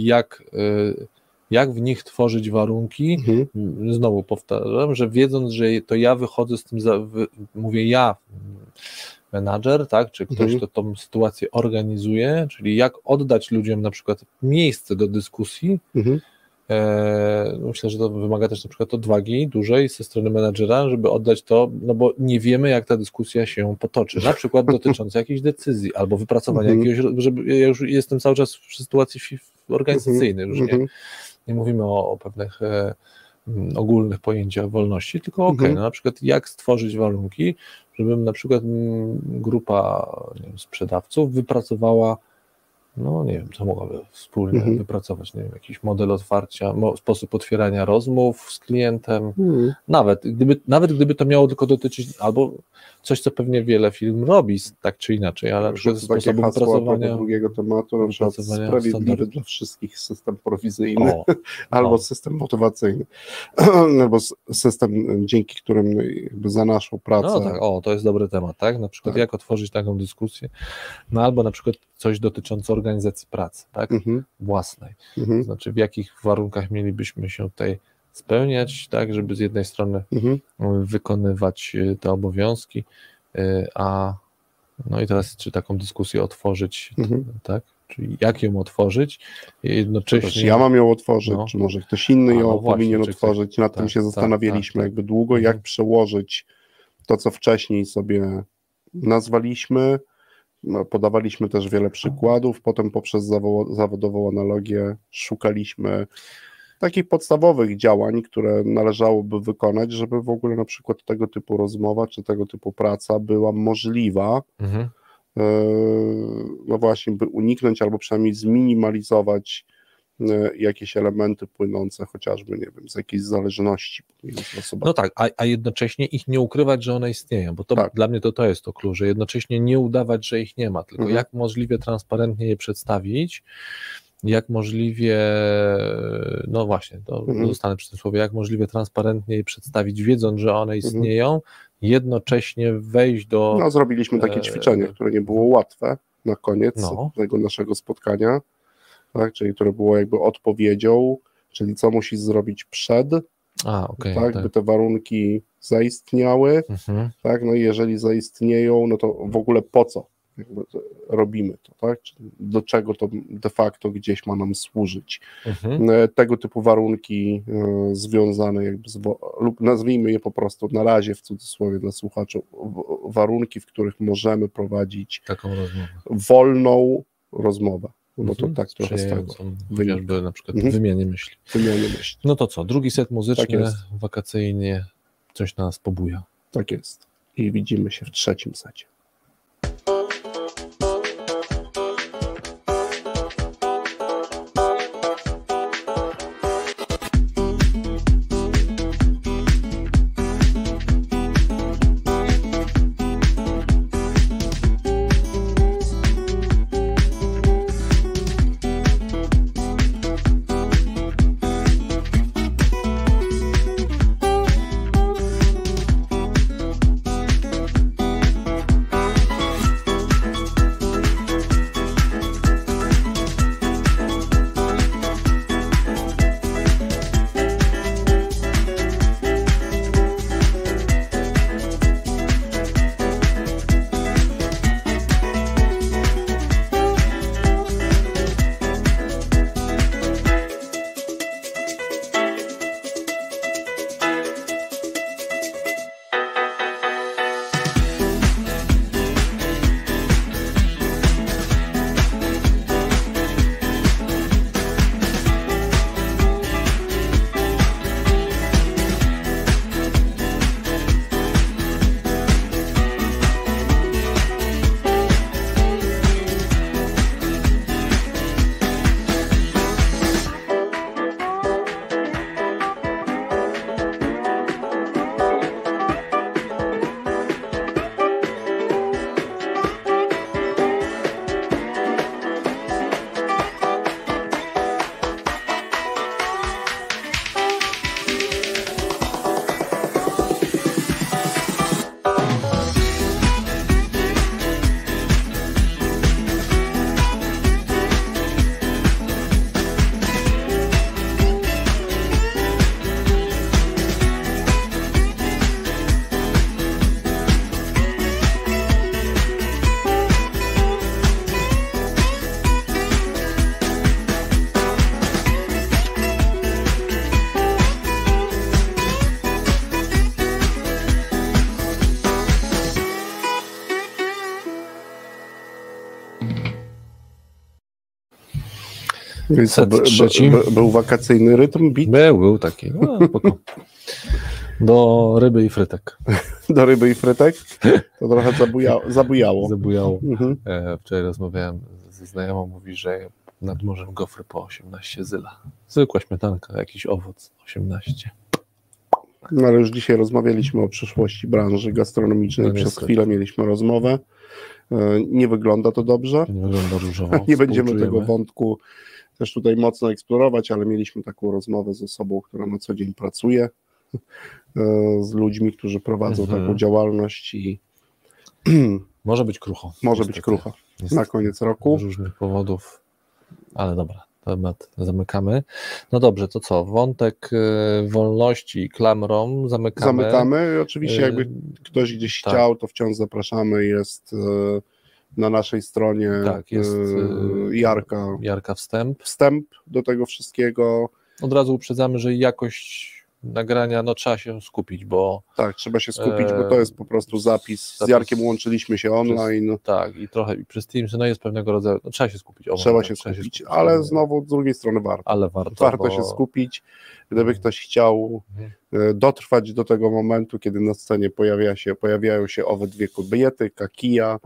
jak w nich tworzyć warunki, znowu powtarzam, że wiedząc, że to ja wychodzę z tym, mówię ja, menadżer, tak, czy ktoś, kto tą sytuację organizuje, czyli jak oddać ludziom na przykład miejsce do dyskusji. Myślę, że to wymaga też na przykład odwagi dużej ze strony menadżera, żeby oddać to, no bo nie wiemy, jak ta dyskusja się potoczy, na przykład dotycząca jakiejś decyzji albo wypracowania jakiegoś, żeby ja już jestem cały czas w sytuacji organizacyjnej, już nie mówimy o pewnych ogólnych pojęciach wolności, tylko no na przykład jak stworzyć warunki, żeby na przykład grupa sprzedawców wypracowała, no nie wiem, co mogłaby wspólnie wypracować, nie wiem, jakiś model otwarcia, sposób otwierania rozmów z klientem, nawet gdyby to miało tylko dotyczyć, albo coś, co pewnie wiele firm robi, tak czy inaczej, ale na przykład sposobu wypracowania
drugiego tematu, na przykład sprawiedliwy dla wszystkich system prowizyjny, albo system motywacyjny, albo system, dzięki którym jakby za naszą pracę.
No tak, to jest dobry temat, tak? Na przykład jak otworzyć taką dyskusję, no albo na przykład coś dotyczące organizacji pracy, tak? Własnej. To znaczy w jakich warunkach mielibyśmy się tutaj spełniać, tak, żeby z jednej strony wykonywać te obowiązki, no i teraz czy taką dyskusję otworzyć, tak? Czyli jak ją otworzyć, jednocześnie...
Czy ja mam ją otworzyć, czy może ktoś inny ją powinien otworzyć, nad tym się zastanawialiśmy jakby długo, jak przełożyć to, co wcześniej sobie nazwaliśmy, podawaliśmy też wiele przykładów, potem poprzez zawodową analogię szukaliśmy takich podstawowych działań, które należałoby wykonać, żeby w ogóle na przykład tego typu rozmowa czy tego typu praca była możliwa, no właśnie, by uniknąć albo przynajmniej zminimalizować jakieś elementy płynące chociażby, nie wiem, z jakiejś zależności pomiędzy osobami.
No tak, a jednocześnie ich nie ukrywać, że one istnieją, bo to dla mnie to jest to klucz, że jednocześnie nie udawać, że ich nie ma, tylko jak możliwie transparentnie je przedstawić, jak możliwie, no właśnie, to zostanę przy tym słowie, jak możliwie transparentnie je przedstawić, wiedząc, że one istnieją, jednocześnie wejść do...
No, zrobiliśmy takie ćwiczenie, które nie było łatwe na koniec tego naszego spotkania, tak, czyli które było jakby odpowiedzią, czyli co musisz zrobić przed, by te warunki zaistniały, tak, no i jeżeli zaistnieją, no to w ogóle po co jakby robimy to, tak, do czego to de facto gdzieś ma nam służyć. Tego typu warunki związane jakby lub nazwijmy je po prostu na razie w cudzysłowie dla słuchaczy, warunki, w których możemy prowadzić
taką rozmowę.
Wolną rozmowę. No to tak trochę z tego
chociażby na przykład wymianie myśli. No to co, drugi set muzyczny, wakacyjnie, coś nas pobuja.
Tak jest. I widzimy się w trzecim secie. Był wakacyjny rytm bit?
Był taki, no spoko. Do ryby i frytek.
Do ryby i frytek? To trochę zabujało.
Wczoraj rozmawiałem ze znajomą, mówi, że nad morzem gofry po 18 zyla. Zwykła śmietanka, jakiś owoc 18.
No ale już dzisiaj rozmawialiśmy o przyszłości branży gastronomicznej. Przez chwilę mieliśmy rozmowę. Nie wygląda to dobrze.
Nie wygląda różowo.
Nie będziemy tego wątku też tutaj mocno eksplorować, ale mieliśmy taką rozmowę z osobą, która na co dzień pracuje, z ludźmi, którzy prowadzą taką działalność i
może być krucho.
Może być krucho na koniec roku.
Z różnych powodów, ale dobra, temat zamykamy. No dobrze, to co? Wątek wolności klamrą zamykamy.
Zamykamy. Oczywiście jakby ktoś gdzieś chciał, to wciąż zapraszamy. Jest na naszej stronie
jest
Jarka
wstęp
do tego wszystkiego.
Od razu uprzedzamy, że jakość nagrania, no trzeba się skupić, bo...
Tak, trzeba się skupić, bo to jest po prostu zapis. Z Jarkiem łączyliśmy się online.
Tak, i trochę przez Teams, no jest pewnego rodzaju, no trzeba się skupić.
Trzeba się skupić, ale znowu z drugiej strony warto.
Ale
warto się skupić. Gdyby ktoś chciał dotrwać do tego momentu, kiedy na scenie pojawiają się owe dwie kobiety, Kakija,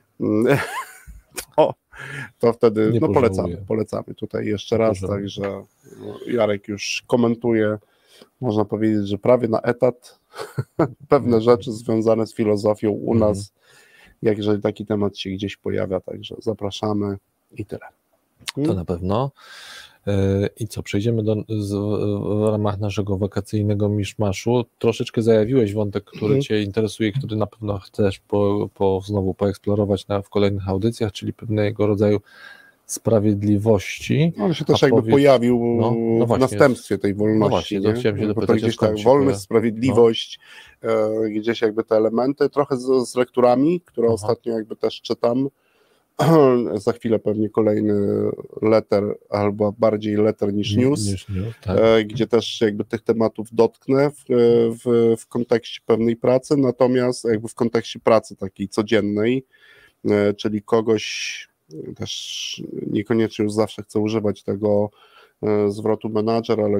to wtedy polecamy tutaj jeszcze raz, także Jarek już komentuje, można powiedzieć, że prawie na etat pewne rzeczy związane z filozofią u nas, jak jeżeli taki temat się gdzieś pojawia, także zapraszamy i tyle.
To na pewno. I co, przejdziemy w ramach naszego wakacyjnego miszmaszu. Troszeczkę zajawiłeś wątek, który Cię interesuje, który na pewno chcesz znowu poeksplorować w kolejnych audycjach, czyli pewnego rodzaju sprawiedliwości.
On się też jakby pojawił w następstwie tej wolności.
No właśnie, chciałem się dopytać,
gdzieś tak, wolność, sprawiedliwość, gdzieś jakby te elementy, trochę z lekturami, które ostatnio jakby też czytam. Za chwilę pewnie kolejny letter, albo bardziej letter niż news, tak. Gdzie też jakby tych tematów dotknę w kontekście pewnej pracy, natomiast jakby w kontekście pracy takiej codziennej, czyli kogoś, też niekoniecznie już zawsze chcę używać tego zwrotu menadżer, ale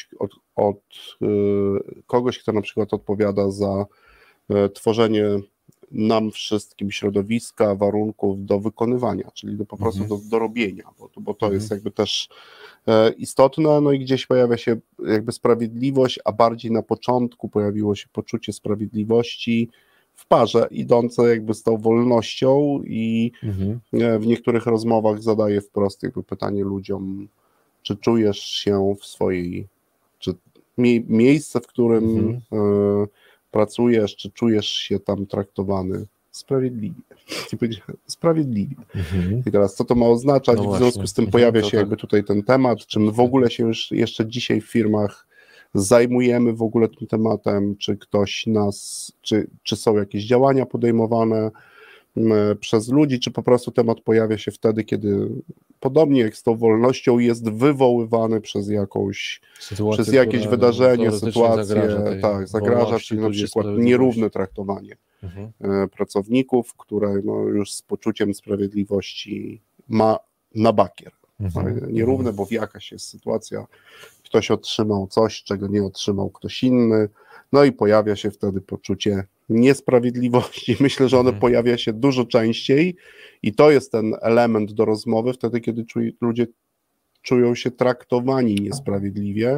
kogoś, kto na przykład odpowiada za tworzenie nam wszystkim środowiska, warunków do wykonywania, czyli po prostu do robienia, bo to jest jakby też istotne, no i gdzieś pojawia się jakby sprawiedliwość, a bardziej na początku pojawiło się poczucie sprawiedliwości w parze, idące jakby z tą wolnością i w niektórych rozmowach zadaję wprost jakby pytanie ludziom, czy czujesz się w swojej, czy miejsce, w którym pracujesz, czy czujesz się tam traktowany sprawiedliwie. Sprawiedliwie. I teraz co to ma oznaczać? W związku z tym pojawia się jakby tutaj ten temat, czy my w ogóle się już jeszcze dzisiaj w firmach zajmujemy w ogóle tym tematem, czy ktoś czy są jakieś działania podejmowane przez ludzi, czy po prostu temat pojawia się wtedy, kiedy podobnie jak z tą wolnością jest wywoływany przez jakieś wydarzenie, sytuację, zagraża, czyli na przykład nierówne traktowanie pracowników, które już z poczuciem sprawiedliwości ma na bakier. Nierówne, bo jakaś jest sytuacja, ktoś otrzymał coś, czego nie otrzymał ktoś inny, no i pojawia się wtedy poczucie niesprawiedliwości. Myślę, że one pojawia się dużo częściej i to jest ten element do rozmowy wtedy, kiedy ludzie czują się traktowani niesprawiedliwie.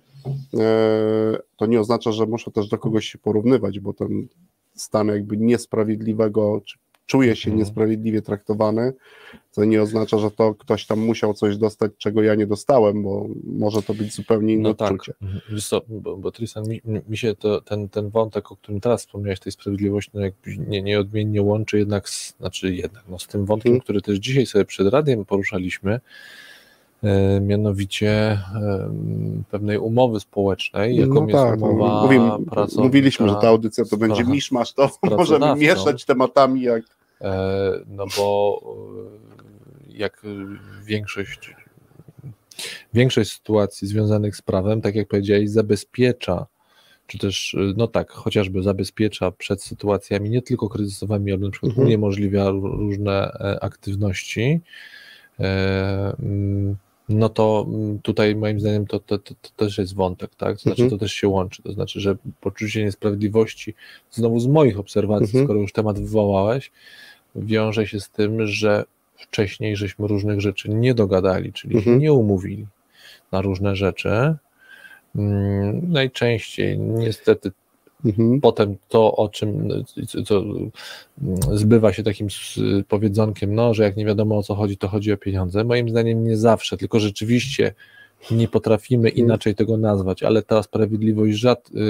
To nie oznacza, że muszą też do kogoś się porównywać, bo ten stan jakby niesprawiedliwego, czy czuje się niesprawiedliwie traktowany, to nie oznacza, że to ktoś tam musiał coś dostać, czego ja nie dostałem, bo może to być zupełnie inne odczucie.
Wiesz co, bo Tristan, mi się ten wątek, o którym teraz wspomniałeś, tej sprawiedliwości, nieodmiennie łączy jednak z tym wątkiem, który też dzisiaj sobie przed radiem poruszaliśmy, mianowicie pewnej umowy społecznej, jaką jest umowa pracownika.
Mówiliśmy, że ta audycja to będzie miszmasz, to możemy mieszać tematami jak...
No bo jak większość sytuacji związanych z prawem, tak jak powiedziałeś, zabezpiecza, czy też, chociażby zabezpiecza przed sytuacjami nie tylko kryzysowymi, ale na przykład uniemożliwia różne aktywności, no to tutaj moim zdaniem to też jest wątek, tak? To znaczy to też się łączy, to znaczy, że poczucie niesprawiedliwości, znowu z moich obserwacji, skoro już temat wywołałeś, wiąże się z tym, że wcześniej żeśmy różnych rzeczy nie dogadali, czyli się nie umówili na różne rzeczy. Najczęściej niestety potem to, o czym co zbywa się takim powiedzonkiem, że jak nie wiadomo o co chodzi, to chodzi o pieniądze. Moim zdaniem nie zawsze, tylko rzeczywiście nie potrafimy inaczej tego nazwać, ale ta sprawiedliwość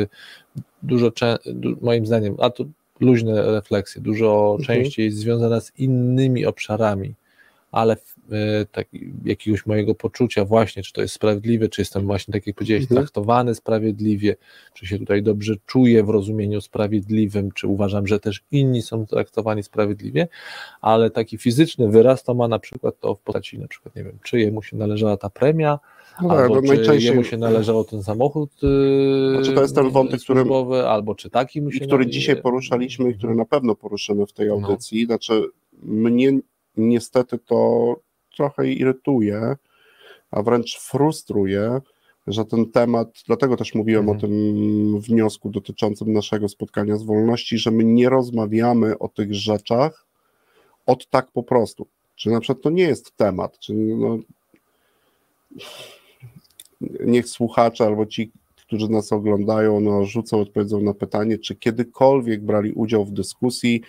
moim zdaniem, a to luźne refleksje, dużo częściej jest związana z innymi obszarami, ale jakiegoś mojego poczucia właśnie, czy to jest sprawiedliwe, czy jestem właśnie, tak jak powiedziałeś, traktowany sprawiedliwie, czy się tutaj dobrze czuję w rozumieniu sprawiedliwym, czy uważam, że też inni są traktowani sprawiedliwie, ale taki fizyczny wyraz to ma na przykład to w postaci, na przykład, nie wiem, czy jemu się należała ta premia, albo czy jemu się należał ten samochód
znaczy to jest ten wątek,
albo czy taki mu się
który dzisiaj poruszaliśmy i który na pewno poruszymy w tej audycji. Znaczy mnie niestety to trochę irytuje, a wręcz frustruje, że ten temat, dlatego też mówiłem o tym wniosku dotyczącym naszego spotkania z wolności, że my nie rozmawiamy o tych rzeczach tak po prostu. Czyli na przykład to nie jest temat, czyli niech słuchacze albo ci, którzy nas oglądają, rzucą odpowiedzą na pytanie, czy kiedykolwiek brali udział w dyskusji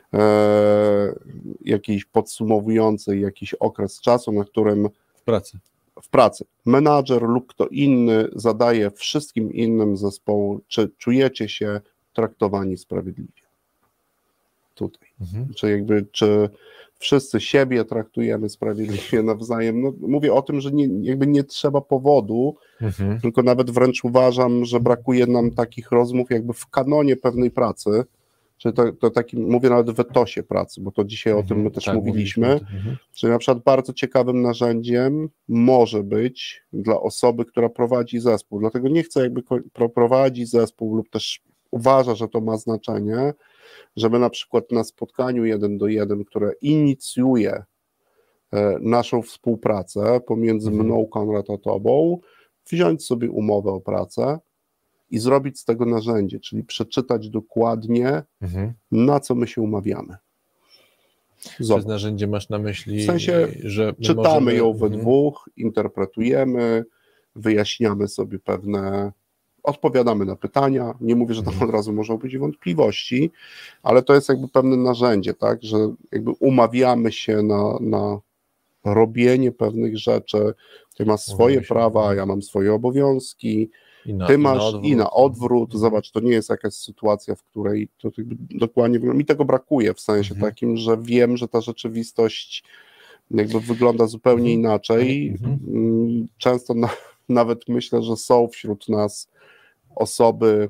jakiejś podsumowującej jakiś okres czasu, na którym w pracy menadżer lub kto inny zadaje wszystkim innym zespołu, czy czujecie się traktowani sprawiedliwie tutaj, czy wszyscy siebie traktujemy sprawiedliwie nawzajem. Mówię o tym, że nie trzeba powodu, tylko nawet wręcz uważam, że brakuje nam takich rozmów jakby w kanonie pewnej pracy, czyli to takim, mówię nawet w etosie pracy, bo to dzisiaj o tym my też mówiliśmy, czyli na przykład bardzo ciekawym narzędziem może być dla osoby, która prowadzi zespół, dlatego nie chcę jakby prowadzić zespół lub też uważa, że to ma znaczenie, żeby na przykład na spotkaniu 1 do 1, które inicjuje naszą współpracę pomiędzy mną, Konrad, a tobą, wziąć sobie umowę o pracę i zrobić z tego narzędzie, czyli przeczytać dokładnie, na co my się umawiamy.
Przez narzędzie masz na myśli,
w sensie, że czytamy ją we dwóch, interpretujemy, wyjaśniamy sobie odpowiadamy na pytania, nie mówię, że tam od razu mogą być wątpliwości, ale to jest jakby pewne narzędzie, tak, że jakby umawiamy się na robienie pewnych rzeczy, ty masz swoje prawa, ja mam swoje obowiązki, ty masz i na odwrót, zobacz, to nie jest jakaś sytuacja, w której to dokładnie, mi tego brakuje w sensie takim, że wiem, że ta rzeczywistość jakby wygląda zupełnie inaczej, często nawet myślę, że są wśród nas osoby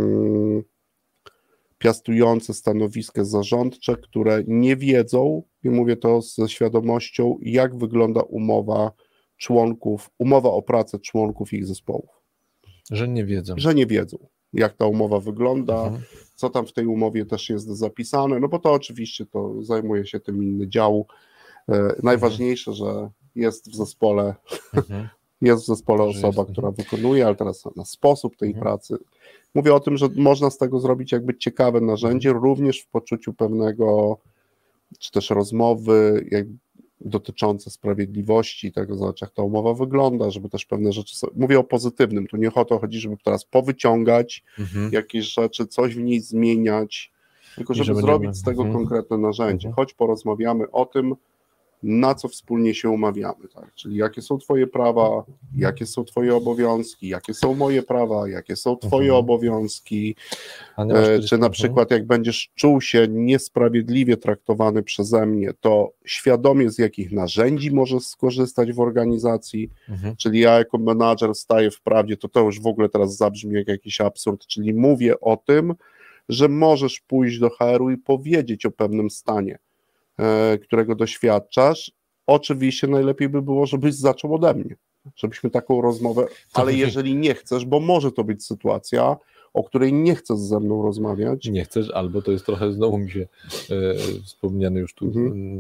piastujące stanowiska zarządcze, które nie wiedzą, i mówię to ze świadomością, jak wygląda umowa o pracę członków ich zespołów.
Że nie wiedzą.
Że nie wiedzą, jak ta umowa wygląda, co tam w tej umowie też jest zapisane, bo to oczywiście to zajmuje się tym inny dział. Najważniejsze, że jest w zespole osoba, która wykonuje, ale teraz na sposób tej pracy. Mówię o tym, że można z tego zrobić jakby ciekawe narzędzie, również w poczuciu pewnego, czy też rozmowy dotyczące sprawiedliwości, tego, zobacz, jak ta umowa wygląda, żeby też pewne rzeczy, mówię o pozytywnym, tu nie o to chodzi, żeby teraz powyciągać jakieś rzeczy, coś w niej zmieniać, tylko żeby zrobić z tego konkretne narzędzie. Choć porozmawiamy o tym, na co wspólnie się umawiamy, tak? Czyli jakie są twoje prawa, jakie są twoje obowiązki, jakie są moje prawa, jakie są twoje obowiązki, czy na przykład jak będziesz czuł się niesprawiedliwie traktowany przeze mnie, to świadomie z jakich narzędzi możesz skorzystać w organizacji, czyli ja jako menadżer staję w prawdzie, to już w ogóle teraz zabrzmi jak jakiś absurd, czyli mówię o tym, że możesz pójść do HR-u i powiedzieć o pewnym stanie, którego doświadczasz. Oczywiście najlepiej by było, żebyś zaczął ode mnie, żebyśmy taką rozmowę, ale jeżeli nie chcesz, bo może to być sytuacja, o której nie chcesz ze mną rozmawiać.
Nie chcesz, albo to jest trochę, znowu mi się wspomniany już tu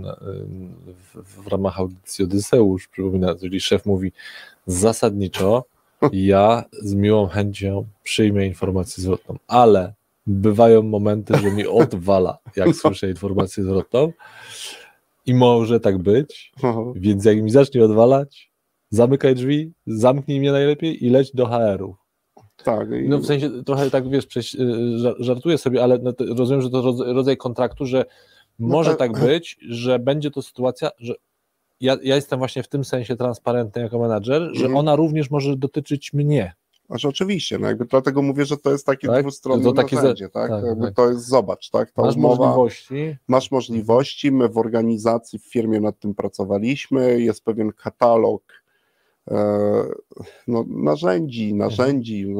w ramach audycji Odyseusz przypomina, czyli szef mówi zasadniczo, ja z miłą chęcią przyjmę informację zwrotną, ale bywają momenty, że mi odwala, jak słyszę informację zwrotną i może tak być, więc jak mi zacznie odwalać, zamykaj drzwi, zamknij mnie najlepiej i leć do HR-u.
Tak.
No w sensie trochę tak, wiesz, żartuję sobie, ale rozumiem, że to rodzaj kontraktu, że może tak być, że będzie to sytuacja, że ja jestem właśnie w tym sensie transparentny jako menadżer, że ona również może dotyczyć mnie.
Znaczy oczywiście, jakby dlatego mówię, że to jest takie dwustronne narzędzie, tak? To jest, zobacz, tak? Ta masz możliwości, my w organizacji, w firmie nad tym pracowaliśmy, jest pewien katalog narzędzi,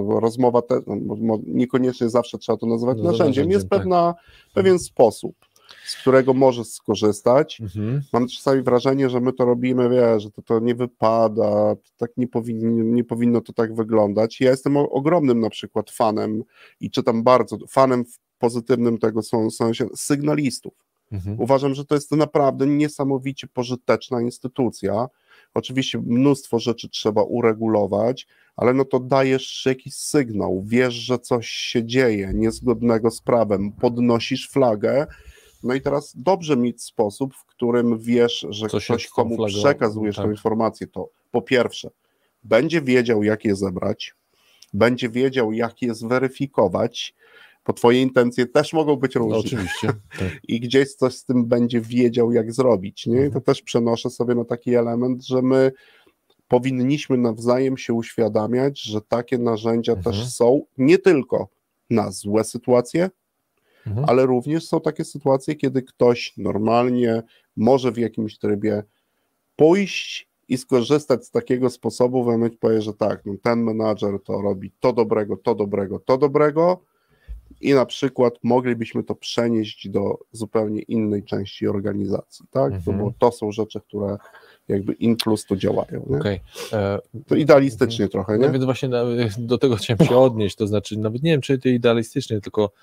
rozmowa niekoniecznie zawsze trzeba to nazywać narzędziem, jest pewien sposób. z którego możesz skorzystać. Mam czasami wrażenie, że my to robimy, wiesz, że to nie wypada, to tak nie powinno to tak wyglądać. Ja jestem ogromnym na przykład fanem i czytam bardzo, fanem w pozytywnym tego sensie sygnalistów. Uważam, że to jest naprawdę niesamowicie pożyteczna instytucja. Oczywiście mnóstwo rzeczy trzeba uregulować, ale no to dajesz jakiś sygnał, wiesz, że coś się dzieje niezgodnego z prawem, podnosisz flagę, no i teraz dobrze mieć sposób, w którym wiesz, że ktoś, komu przekazujesz tę informację, to po pierwsze będzie wiedział, jak je zebrać, będzie wiedział, jak je zweryfikować, bo twoje intencje też mogą być różne.
No, oczywiście. Tak.
I gdzieś coś z tym będzie wiedział, jak zrobić. Nie? I to też przenoszę sobie na taki element, że my powinniśmy nawzajem się uświadamiać, że takie narzędzia też są nie tylko na złe sytuacje, ale również są takie sytuacje, kiedy ktoś normalnie może w jakimś trybie pójść i skorzystać z takiego sposobu, w powie, że tak, no ten menadżer to robi to dobrego, to dobrego, to dobrego, i na przykład moglibyśmy to przenieść do zupełnie innej części organizacji, tak? Bo to są rzeczy, które jakby in plus tu działają. Okay. To idealistycznie trochę, nie?
Nawet właśnie do tego chciałem się odnieść, to znaczy nawet nie wiem, czy to idealistycznie, tylko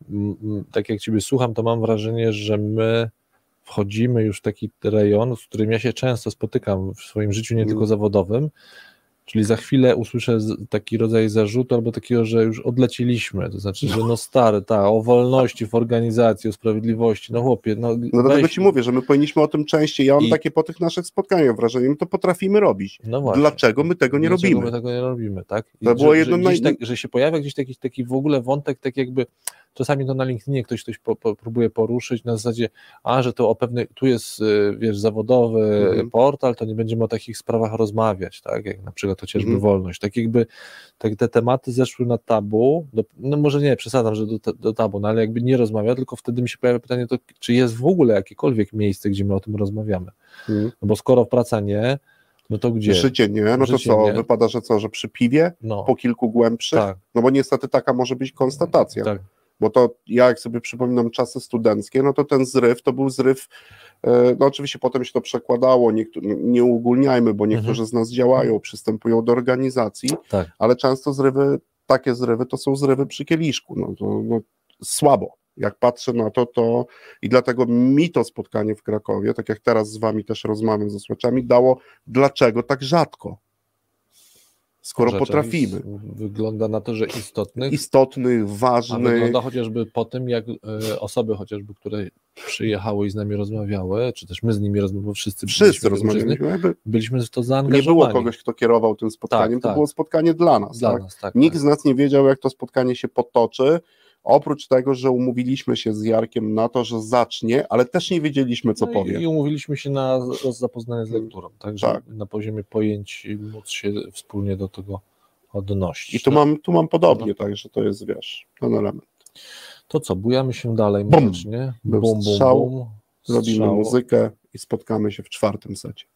tak jak Ciebie słucham, to mam wrażenie, że my wchodzimy już w taki rejon, z którym ja się często spotykam w swoim życiu, nie tylko zawodowym, czyli za chwilę usłyszę taki rodzaj zarzutu albo takiego, że już odleciliśmy, to znaczy, że no stary, o wolności w organizacji, o sprawiedliwości, no chłopie,
no dlatego Ci mówię, że my powinniśmy o tym częściej, ja mam takie po tych naszych spotkaniach wrażenie, my to potrafimy robić. No właśnie. Dlaczego my tego nie robimy?
My tego nie robimy, tak? I
to było jedno
że się pojawia gdzieś taki w ogóle wątek, tak jakby czasami to na LinkedInie ktoś próbuje poruszyć na zasadzie, że to o pewnej, tu jest, wiesz, zawodowy portal, to nie będziemy o takich sprawach rozmawiać, tak, jak na przykład chociażby wolność, tak jakby te tematy zeszły na tabu, no może nie, przesadzam, że do tabu, no ale jakby nie rozmawia, tylko wtedy mi się pojawia pytanie, to czy jest w ogóle jakiekolwiek miejsce, gdzie my o tym rozmawiamy, no bo skoro praca nie, no to gdzie?
Życie nie, no życie to co, nie. Wypada, że co, że przy piwie, po kilku głębszych, no bo niestety taka może być konstatacja. Tak. Bo to ja jak sobie przypominam czasy studenckie, no to ten zryw to był zryw, no oczywiście potem się to przekładało, nie uogólniajmy, bo niektórzy z nas działają, przystępują do organizacji, ale często takie zrywy to są zrywy przy kieliszku, no słabo. Jak patrzę na to i dlatego mi to spotkanie w Krakowie, tak jak teraz z wami też rozmawiam ze słuchaczami, dało dlaczego tak rzadko. Skoro potrafimy.
Wygląda na to, że
istotnych, ważnych.
Wygląda chociażby po tym, jak osoby chociażby, które przyjechały i z nami rozmawiały, czy też my z nimi rozmawialiśmy,
wszyscy rozmawialiśmy.
Byliśmy w to zaangażowani.
Nie było kogoś, kto kierował tym spotkaniem, to było spotkanie dla nas. Nikt z nas nie wiedział, jak to spotkanie się potoczy. Oprócz tego, że umówiliśmy się z Jarkiem na to, że zacznie, ale też nie wiedzieliśmy, co powie.
I umówiliśmy się na zapoznanie z lekturą, także na poziomie pojęć móc się wspólnie do tego odnosić.
I tu mam podobnie, także to jest, wiesz, ten element.
To co, bujamy się dalej muzycznie.
Bum, bum. Robimy muzykę i spotkamy się w 4. secie.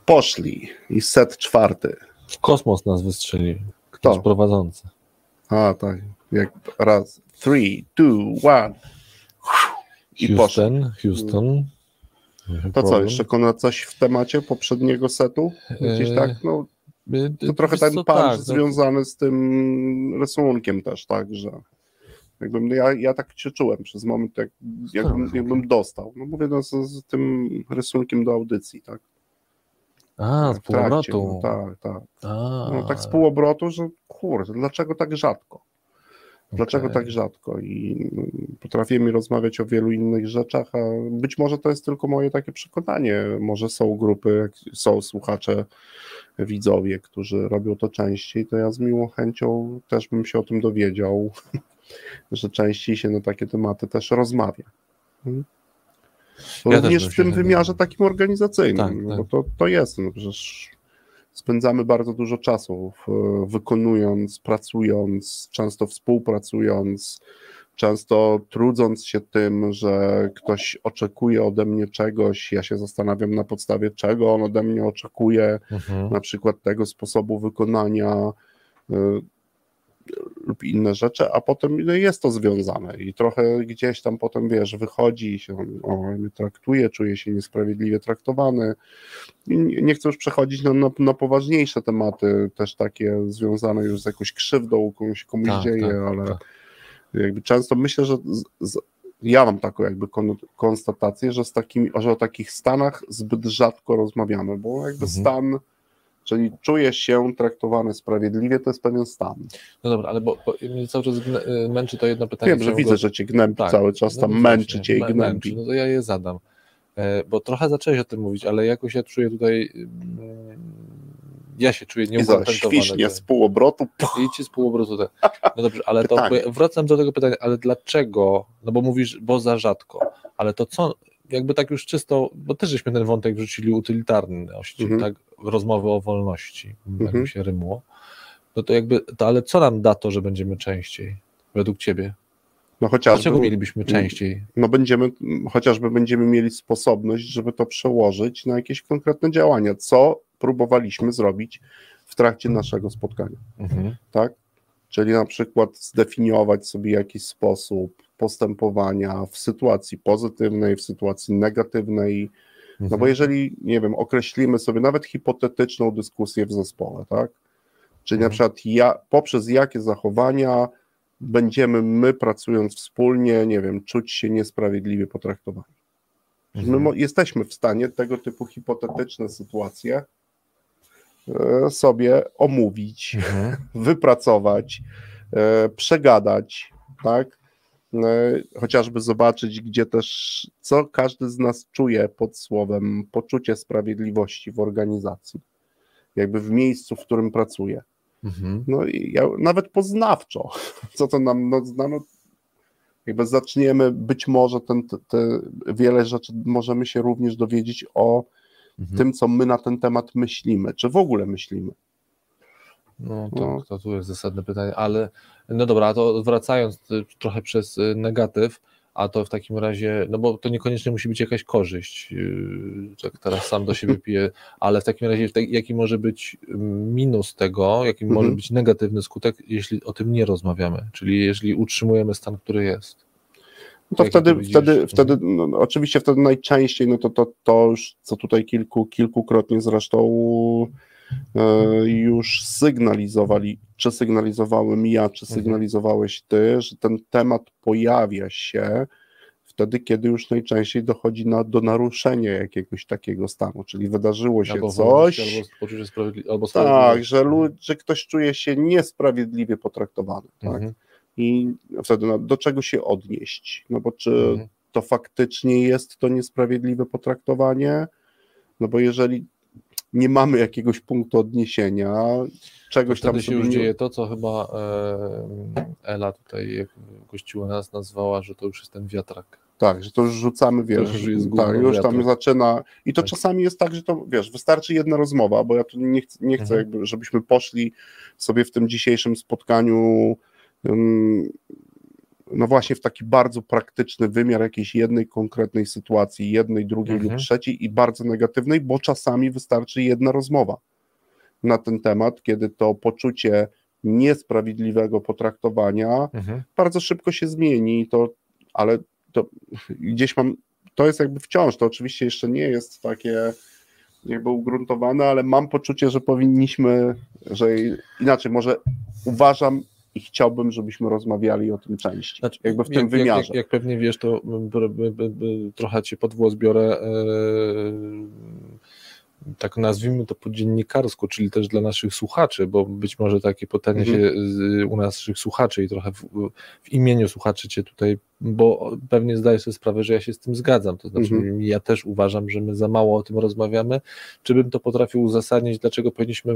Poszli i set 4.
W kosmos nas wystrzeli.
Kto?
Ktoś prowadzący.
A, tak. Jak raz, 3, 2, 1. I
Houston.
To co, jeszcze Konrad, coś w temacie poprzedniego setu? Gdzieś tak? No, to trochę ten punch związany z tym rysunkiem też, tak, że jakbym, ja tak się czułem przez moment, jakbym dostał. No mówię, no, z tym rysunkiem do audycji, tak?
A, z półobrotu.
No, tak. No, tak z półobrotu, że kurde, dlaczego tak rzadko? Dlaczego tak rzadko? I potrafię rozmawiać o wielu innych rzeczach, a być może to jest tylko moje takie przekonanie. Może są grupy, są słuchacze, widzowie, którzy robią to częściej, to ja z miłą chęcią też bym się o tym dowiedział, że częściej się na takie tematy też rozmawia. Również w tym wymiarze takim organizacyjnym, tak. Bo to jest, no przecież spędzamy bardzo dużo czasu wykonując, pracując, często współpracując, często trudząc się tym, że ktoś oczekuje ode mnie czegoś, ja się zastanawiam na podstawie czego on ode mnie oczekuje, na przykład tego sposobu wykonania lub inne rzeczy, a potem jest to związane i trochę gdzieś tam potem, wiesz, wychodzi i się mnie traktuje, czuje się niesprawiedliwie traktowany i nie chcę już przechodzić na poważniejsze tematy, też takie związane już z jakąś krzywdą, komuś dzieje, ale jakby często myślę, że ja mam taką jakby konstatację, że że o takich stanach zbyt rzadko rozmawiamy, bo jakby stan, czyli czujesz się traktowany sprawiedliwie, to jest pewien stan.
No dobra, ale bo mnie cały czas męczy to jedno pytanie.
Wiem, że widzę, że cię gnębi cały czas, tam męczy cię i gnębi.
No to ja je zadam, bo trochę zacząłeś o tym mówić, ale jakoś ja czuję tutaj, ja się czuję nieukontentowany.
Świśnie z półobrotu.
Idźcie z półobrotu. No dobrze, ale to wracam do tego pytania, ale dlaczego, no bo mówisz, bo za rzadko, ale to co, jakby tak już czysto, bo też żeśmy ten wątek wrzucili utylitarności, tak, rozmowy o wolności, jakby się rymło, no to jakby, ale co nam da to, że będziemy częściej, według ciebie?
No chociażby,
dlaczego mielibyśmy częściej?
No chociażby będziemy mieli sposobność, żeby to przełożyć na jakieś konkretne działania, co próbowaliśmy zrobić w trakcie naszego spotkania, tak? Czyli na przykład zdefiniować sobie jakiś sposób postępowania w sytuacji pozytywnej, w sytuacji negatywnej, no bo jeżeli, nie wiem, określimy sobie nawet hipotetyczną dyskusję w zespole, tak? Czyli na przykład poprzez jakie zachowania będziemy my, pracując wspólnie, nie wiem, czuć się niesprawiedliwie potraktowani. My jesteśmy w stanie tego typu hipotetyczne sytuacje sobie omówić, wypracować, przegadać, tak? Chociażby zobaczyć, gdzie też, co każdy z nas czuje pod słowem poczucie sprawiedliwości w organizacji, jakby w miejscu, w którym pracuje. No i nawet poznawczo, co to nam jakby zaczniemy, być może te wiele rzeczy możemy się również dowiedzieć o tym, co my na ten temat myślimy, czy w ogóle myślimy.
No to tu jest zasadne pytanie, ale no dobra, to wracając trochę przez negatyw, a to w takim razie, no bo to niekoniecznie musi być jakaś korzyść, tak teraz sam do siebie piję, ale w takim razie jaki może być minus tego, jaki może być negatywny skutek, jeśli o tym nie rozmawiamy, czyli jeżeli utrzymujemy stan, który jest.
No to wtedy no, oczywiście wtedy najczęściej, no to już, co tutaj kilkukrotnie zresztą już sygnalizowali, czy sygnalizowałem ja, czy sygnalizowałeś ty, że ten temat pojawia się wtedy, kiedy już najczęściej dochodzi do naruszenia jakiegoś takiego stanu, czyli wydarzyło się coś,
albo poczucie sprawiedliwości,
tak, że ktoś czuje się niesprawiedliwie potraktowany, tak? I wtedy do czego się odnieść? No bo czy to faktycznie jest to niesprawiedliwe potraktowanie? No bo jeżeli nie mamy jakiegoś punktu odniesienia, czegoś tam
się już dzieje to, co chyba Ela tutaj, jak gościła nas, nazwała, że to już jest ten wiatrak.
Tak, że to już rzucamy, wiesz, już tam zaczyna i to czasami jest tak, że to, wiesz, wystarczy jedna rozmowa, bo ja tu nie chcę jakby, żebyśmy poszli sobie w tym dzisiejszym spotkaniu no właśnie w taki bardzo praktyczny wymiar jakiejś jednej konkretnej sytuacji, jednej, drugiej lub trzeciej i bardzo negatywnej, bo czasami wystarczy jedna rozmowa na ten temat, kiedy to poczucie niesprawiedliwego potraktowania bardzo szybko się zmieni, ale to gdzieś to jest jakby wciąż, to oczywiście jeszcze nie jest takie jakby ugruntowane, ale mam poczucie, że powinniśmy, że inaczej, może uważam i chciałbym, żebyśmy rozmawiali o tym częściej, znaczy, jakby w tym wymiarze.
Jak pewnie wiesz, to trochę cię pod włos biorę, tak nazwijmy to po dziennikarsku, czyli też dla naszych słuchaczy, bo być może takie pytanie się u naszych słuchaczy i trochę w imieniu słuchaczy cię tutaj, bo pewnie zdajesz sobie sprawę, że ja się z tym zgadzam, to znaczy ja też uważam, że my za mało o tym rozmawiamy. Czy bym to potrafił uzasadnić, dlaczego powinniśmy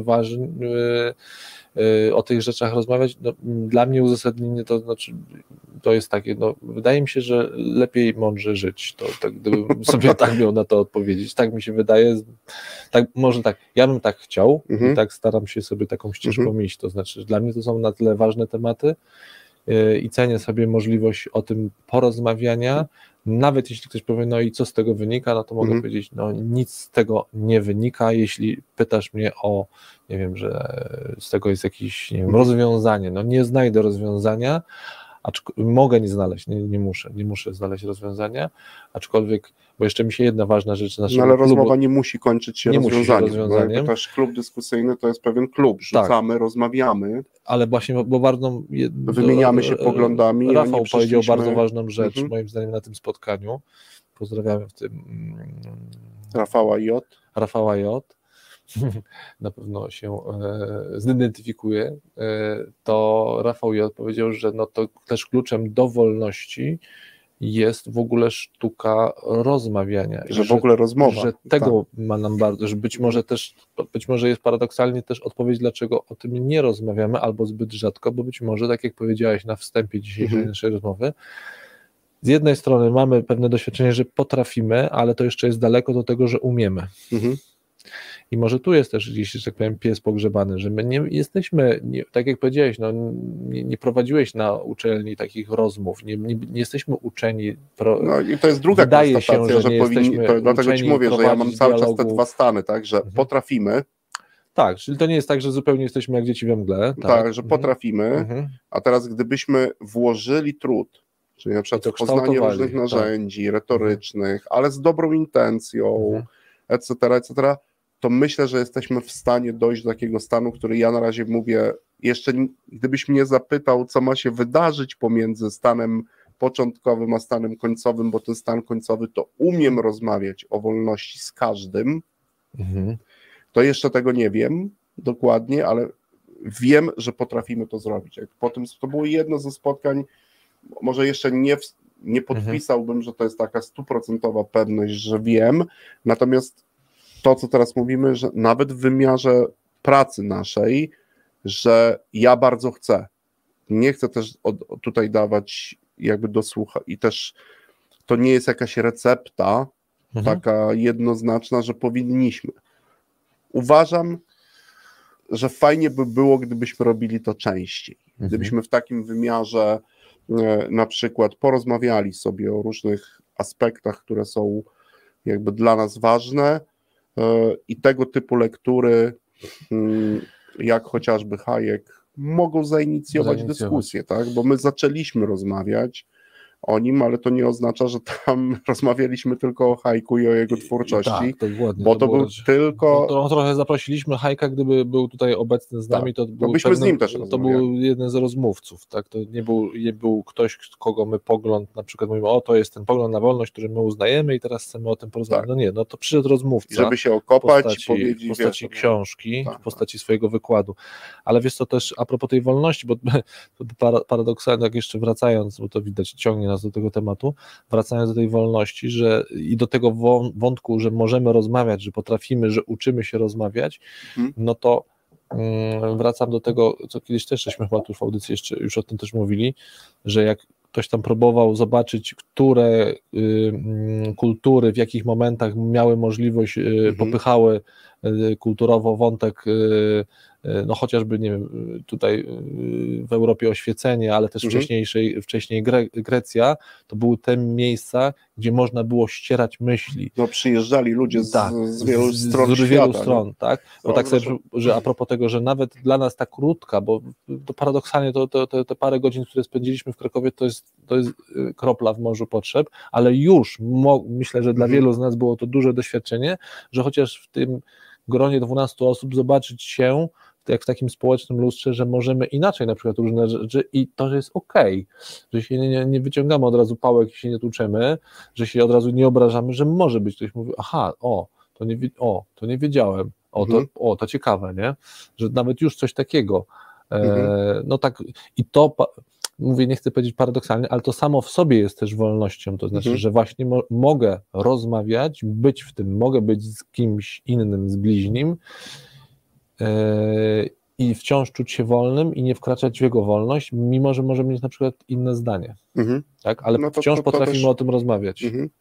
o tych rzeczach rozmawiać? No, dla mnie uzasadnienie to jest takie, no, wydaje mi się, że lepiej mądrze żyć, to tak, gdybym sobie tak miał na to odpowiedzieć, tak mi się wydaje, może tak, ja bym tak chciał i tak staram się sobie taką ścieżką iść, to znaczy dla mnie to są na tyle ważne tematy i cenię sobie możliwość o tym porozmawiania, nawet jeśli ktoś powie, no i co z tego wynika, no to mogę powiedzieć, no nic z tego nie wynika, jeśli pytasz mnie o, nie wiem, że z tego jest jakieś, nie wiem, rozwiązanie, no nie znajdę rozwiązania, mogę nie znaleźć, nie muszę znaleźć rozwiązania, aczkolwiek, bo jeszcze mi się jedna ważna rzecz naszego
ale
klubu,
rozmowa nie musi kończyć się rozwiązaniem. Bo też klub dyskusyjny to jest pewien klub, rzucamy, rozmawiamy.
Ale właśnie, bo bardzo...
Wymieniamy się poglądami.
Rafał powiedział bardzo ważną rzecz, moim zdaniem na tym spotkaniu, pozdrawiamy w tym... Rafała J. Na pewno się zidentyfikuje, to Rafał J. powiedział, że no to też kluczem do wolności jest w ogóle sztuka rozmawiania.
Że w ogóle rozmowa.
Że tego ma nam bardzo, że być może jest paradoksalnie też odpowiedź, dlaczego o tym nie rozmawiamy, albo zbyt rzadko, bo być może, tak jak powiedziałeś na wstępie dzisiejszej naszej rozmowy, z jednej strony mamy pewne doświadczenie, że potrafimy, ale to jeszcze jest daleko do tego, że umiemy. I może tu jest też gdzieś, że tak powiem, pies pogrzebany, że my nie jesteśmy, tak jak powiedziałeś, no, nie prowadziłeś na uczelni takich rozmów, nie jesteśmy uczeni.
No i to jest druga konstatacja, że powinni, dlatego ci mówię, że ja mam cały czas te dwa stany, tak, że potrafimy.
Tak, czyli to nie jest tak, że zupełnie jesteśmy jak dzieci we mgle.
Tak, że potrafimy, a teraz gdybyśmy włożyli trud, czyli na przykład poznanie różnych narzędzi retorycznych, ale z dobrą intencją, etc., to myślę, że jesteśmy w stanie dojść do takiego stanu, który ja na razie mówię, jeszcze gdybyś mnie zapytał, co ma się wydarzyć pomiędzy stanem początkowym a stanem końcowym, bo ten stan końcowy to umiem rozmawiać o wolności z każdym, to jeszcze tego nie wiem dokładnie, ale wiem, że potrafimy to zrobić. Potem to było jedno ze spotkań, może jeszcze nie podpisałbym, że to jest taka 100% pewność, że wiem, natomiast to, co teraz mówimy, że nawet w wymiarze pracy naszej, że ja bardzo chcę. Nie chcę też tutaj dawać jakby do słucha i też to nie jest jakaś recepta taka jednoznaczna, że powinniśmy. Uważam, że fajnie by było, gdybyśmy robili to częściej. Gdybyśmy w takim wymiarze na przykład porozmawiali sobie o różnych aspektach, które są jakby dla nas ważne, i tego typu lektury, jak chociażby Hayek, mogą zainicjować dyskusję, tak? Bo my zaczęliśmy rozmawiać o nim, ale to nie oznacza, że tam rozmawialiśmy tylko o Hayku i o jego twórczości, bo to był tylko...
No, trochę zaprosiliśmy Hayka, gdyby był tutaj obecny z nami, to
byśmy z nim też
to był jeden z rozmówców, tak? To nie był ktoś, kogo my pogląd, na przykład mówimy, o to jest ten pogląd na wolność, który my uznajemy i teraz chcemy o tym porozmawiać. No nie, no to przyszedł rozmówca.
Żeby się okopać, powiedzieć,
w postaci książki, w postaci swojego wykładu. Ale wiesz co, też a propos tej wolności, bo paradoksalnie, jak jeszcze wracając, bo to widać, ciągnie nas do tego tematu, wracając do tej wolności, że i do tego wątku, że możemy rozmawiać, że potrafimy, że uczymy się rozmawiać, no to wracam do tego, co kiedyś też żeśmy chyba tu w audycji jeszcze już o tym też mówili, że jak ktoś tam próbował zobaczyć, które kultury w jakich momentach miały możliwość, popychały kulturowo wątek, no chociażby, nie wiem, tutaj w Europie oświecenie, ale też wcześniej Grecja, to były te miejsca, gdzie można było ścierać myśli.
No przyjeżdżali ludzie z wielu stron
z wielu stron, tak? Bo
No,
tak sobie, że a propos tego, że nawet dla nas ta krótka, bo to paradoksalnie te parę godzin, które spędziliśmy w Krakowie, to jest kropla w morzu potrzeb, ale już myślę, że dla wielu z nas było to duże doświadczenie, że chociaż w tym gronie 12 osób zobaczyć się jak w takim społecznym lustrze, że możemy inaczej na przykład różne rzeczy i to, że jest okej, że się nie wyciągamy od razu pałek i się nie tłuczemy, że się od razu nie obrażamy, że może być. Ktoś mówi, aha, to nie wiedziałem, to ciekawe, nie? Że nawet już coś takiego. No tak, i to, mówię, nie chcę powiedzieć paradoksalnie, ale to samo w sobie jest też wolnością, to znaczy, że właśnie mogę rozmawiać, być w tym, mogę być z kimś innym, z bliźnim, i wciąż czuć się wolnym i nie wkraczać w jego wolność, mimo że może mieć na przykład inne zdanie. Tak? Ale no wciąż potrafimy też o tym rozmawiać.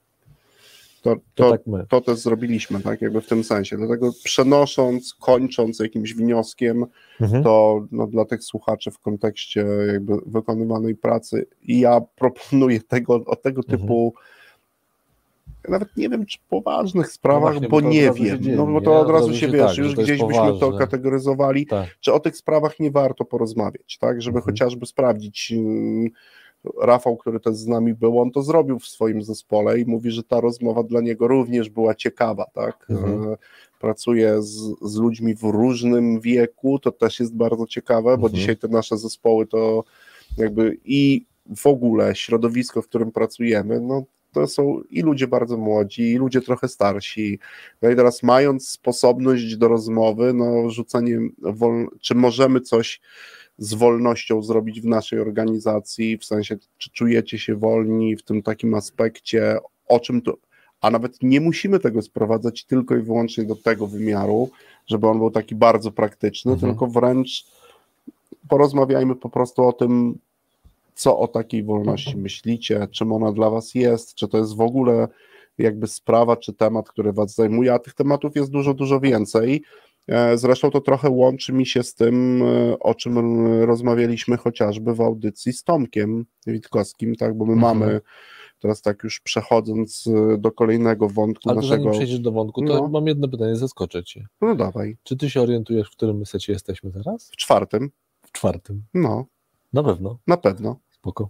To też zrobiliśmy, tak, jakby w tym sensie. Dlatego przenosząc, kończąc jakimś wnioskiem, to no, dla tych słuchaczy w kontekście jakby wykonywanej pracy ja proponuję tego typu nawet nie wiem, czy poważnych sprawach, no właśnie, bo nie wiem, bo to od razu się wiesz, tak, już gdzieś byśmy to kategoryzowali, czy o tych sprawach nie warto porozmawiać, tak, żeby chociażby sprawdzić. Rafał, który też z nami był, on to zrobił w swoim zespole i mówi, że ta rozmowa dla niego również była ciekawa, tak, pracuje z ludźmi w różnym wieku, to też jest bardzo ciekawe, bo dzisiaj te nasze zespoły to jakby i w ogóle środowisko, w którym pracujemy, no to są i ludzie bardzo młodzi, i ludzie trochę starsi. No i teraz mając sposobność do rozmowy, no rzucenie, czy możemy coś z wolnością zrobić w naszej organizacji, w sensie, czy czujecie się wolni w tym takim aspekcie, o czym to, a nawet nie musimy tego sprowadzać tylko i wyłącznie do tego wymiaru, żeby on był taki bardzo praktyczny, tylko wręcz porozmawiajmy po prostu o tym, co o takiej wolności myślicie, czym ona dla was jest, czy to jest w ogóle jakby sprawa, czy temat, który was zajmuje, a tych tematów jest dużo, dużo więcej. Zresztą to trochę łączy mi się z tym, o czym rozmawialiśmy chociażby w audycji z Tomkiem Witkowskim, tak, bo my mamy, teraz tak już przechodząc do kolejnego wątku
ale
naszego...
Ale zanim przejdziesz do wątku, to mam jedno pytanie, zaskoczę cię.
No dawaj.
Czy ty się orientujesz, w którym secie jesteśmy teraz?
W czwartym.
W czwartym?
No.
Na pewno?
Na pewno.
Spoko.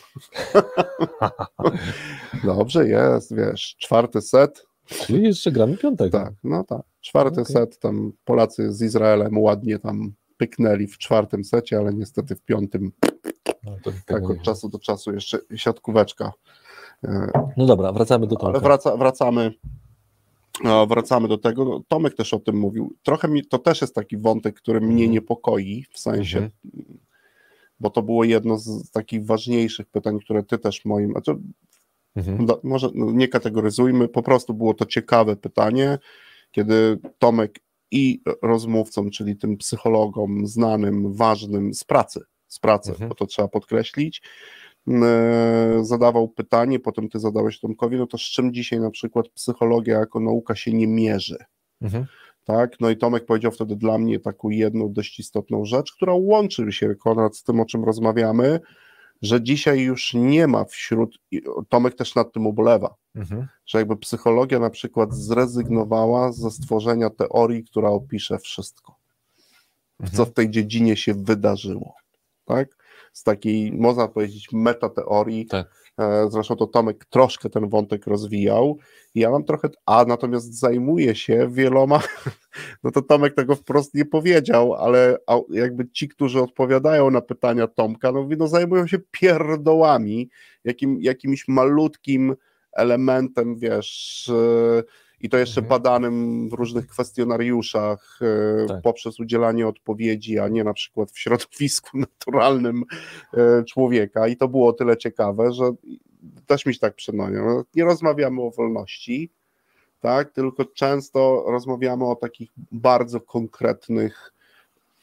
Dobrze jest, wiesz, czwarty set.
Czyli jeszcze gramy piątego.
Tak, no tak. Czwarty set, tam Polacy z Izraelem ładnie tam pyknęli w czwartym secie, ale niestety w piątym tak od czasu do czasu jeszcze siatkóweczka.
No dobra, wracamy do tego.
Ale wracamy do tego. No, Tomek też o tym mówił. Trochę to też jest taki wątek, który mnie niepokoi, w sensie, bo to było jedno z takich ważniejszych pytań, które ty też moim... Może nie kategoryzujmy, po prostu było to ciekawe pytanie, kiedy Tomek i rozmówcom, czyli tym psychologom znanym, ważnym z pracy, bo to trzeba podkreślić, zadawał pytanie, potem ty zadałeś Tomkowi, no to z czym dzisiaj na przykład psychologia jako nauka się nie mierzy? Tak? No i Tomek powiedział wtedy dla mnie taką jedną dość istotną rzecz, która łączy się, Konrad, z tym, o czym rozmawiamy, że dzisiaj już nie ma Tomek też nad tym ubolewa, że jakby psychologia na przykład zrezygnowała ze stworzenia teorii, która opisze wszystko, co w tej dziedzinie się wydarzyło, tak? Z takiej, można powiedzieć, metateorii, zresztą to Tomek troszkę ten wątek rozwijał, ja mam trochę, natomiast zajmuję się wieloma, no to Tomek tego wprost nie powiedział, ale jakby ci, którzy odpowiadają na pytania Tomka, no zajmują się pierdołami, jakimś malutkim elementem, wiesz, i to jeszcze badanym w różnych kwestionariuszach poprzez udzielanie odpowiedzi, a nie na przykład w środowisku naturalnym człowieka, i to było tyle ciekawe, że też mi się tak przynajmniej, nie rozmawiamy o wolności, tak, tylko często rozmawiamy o takich bardzo konkretnych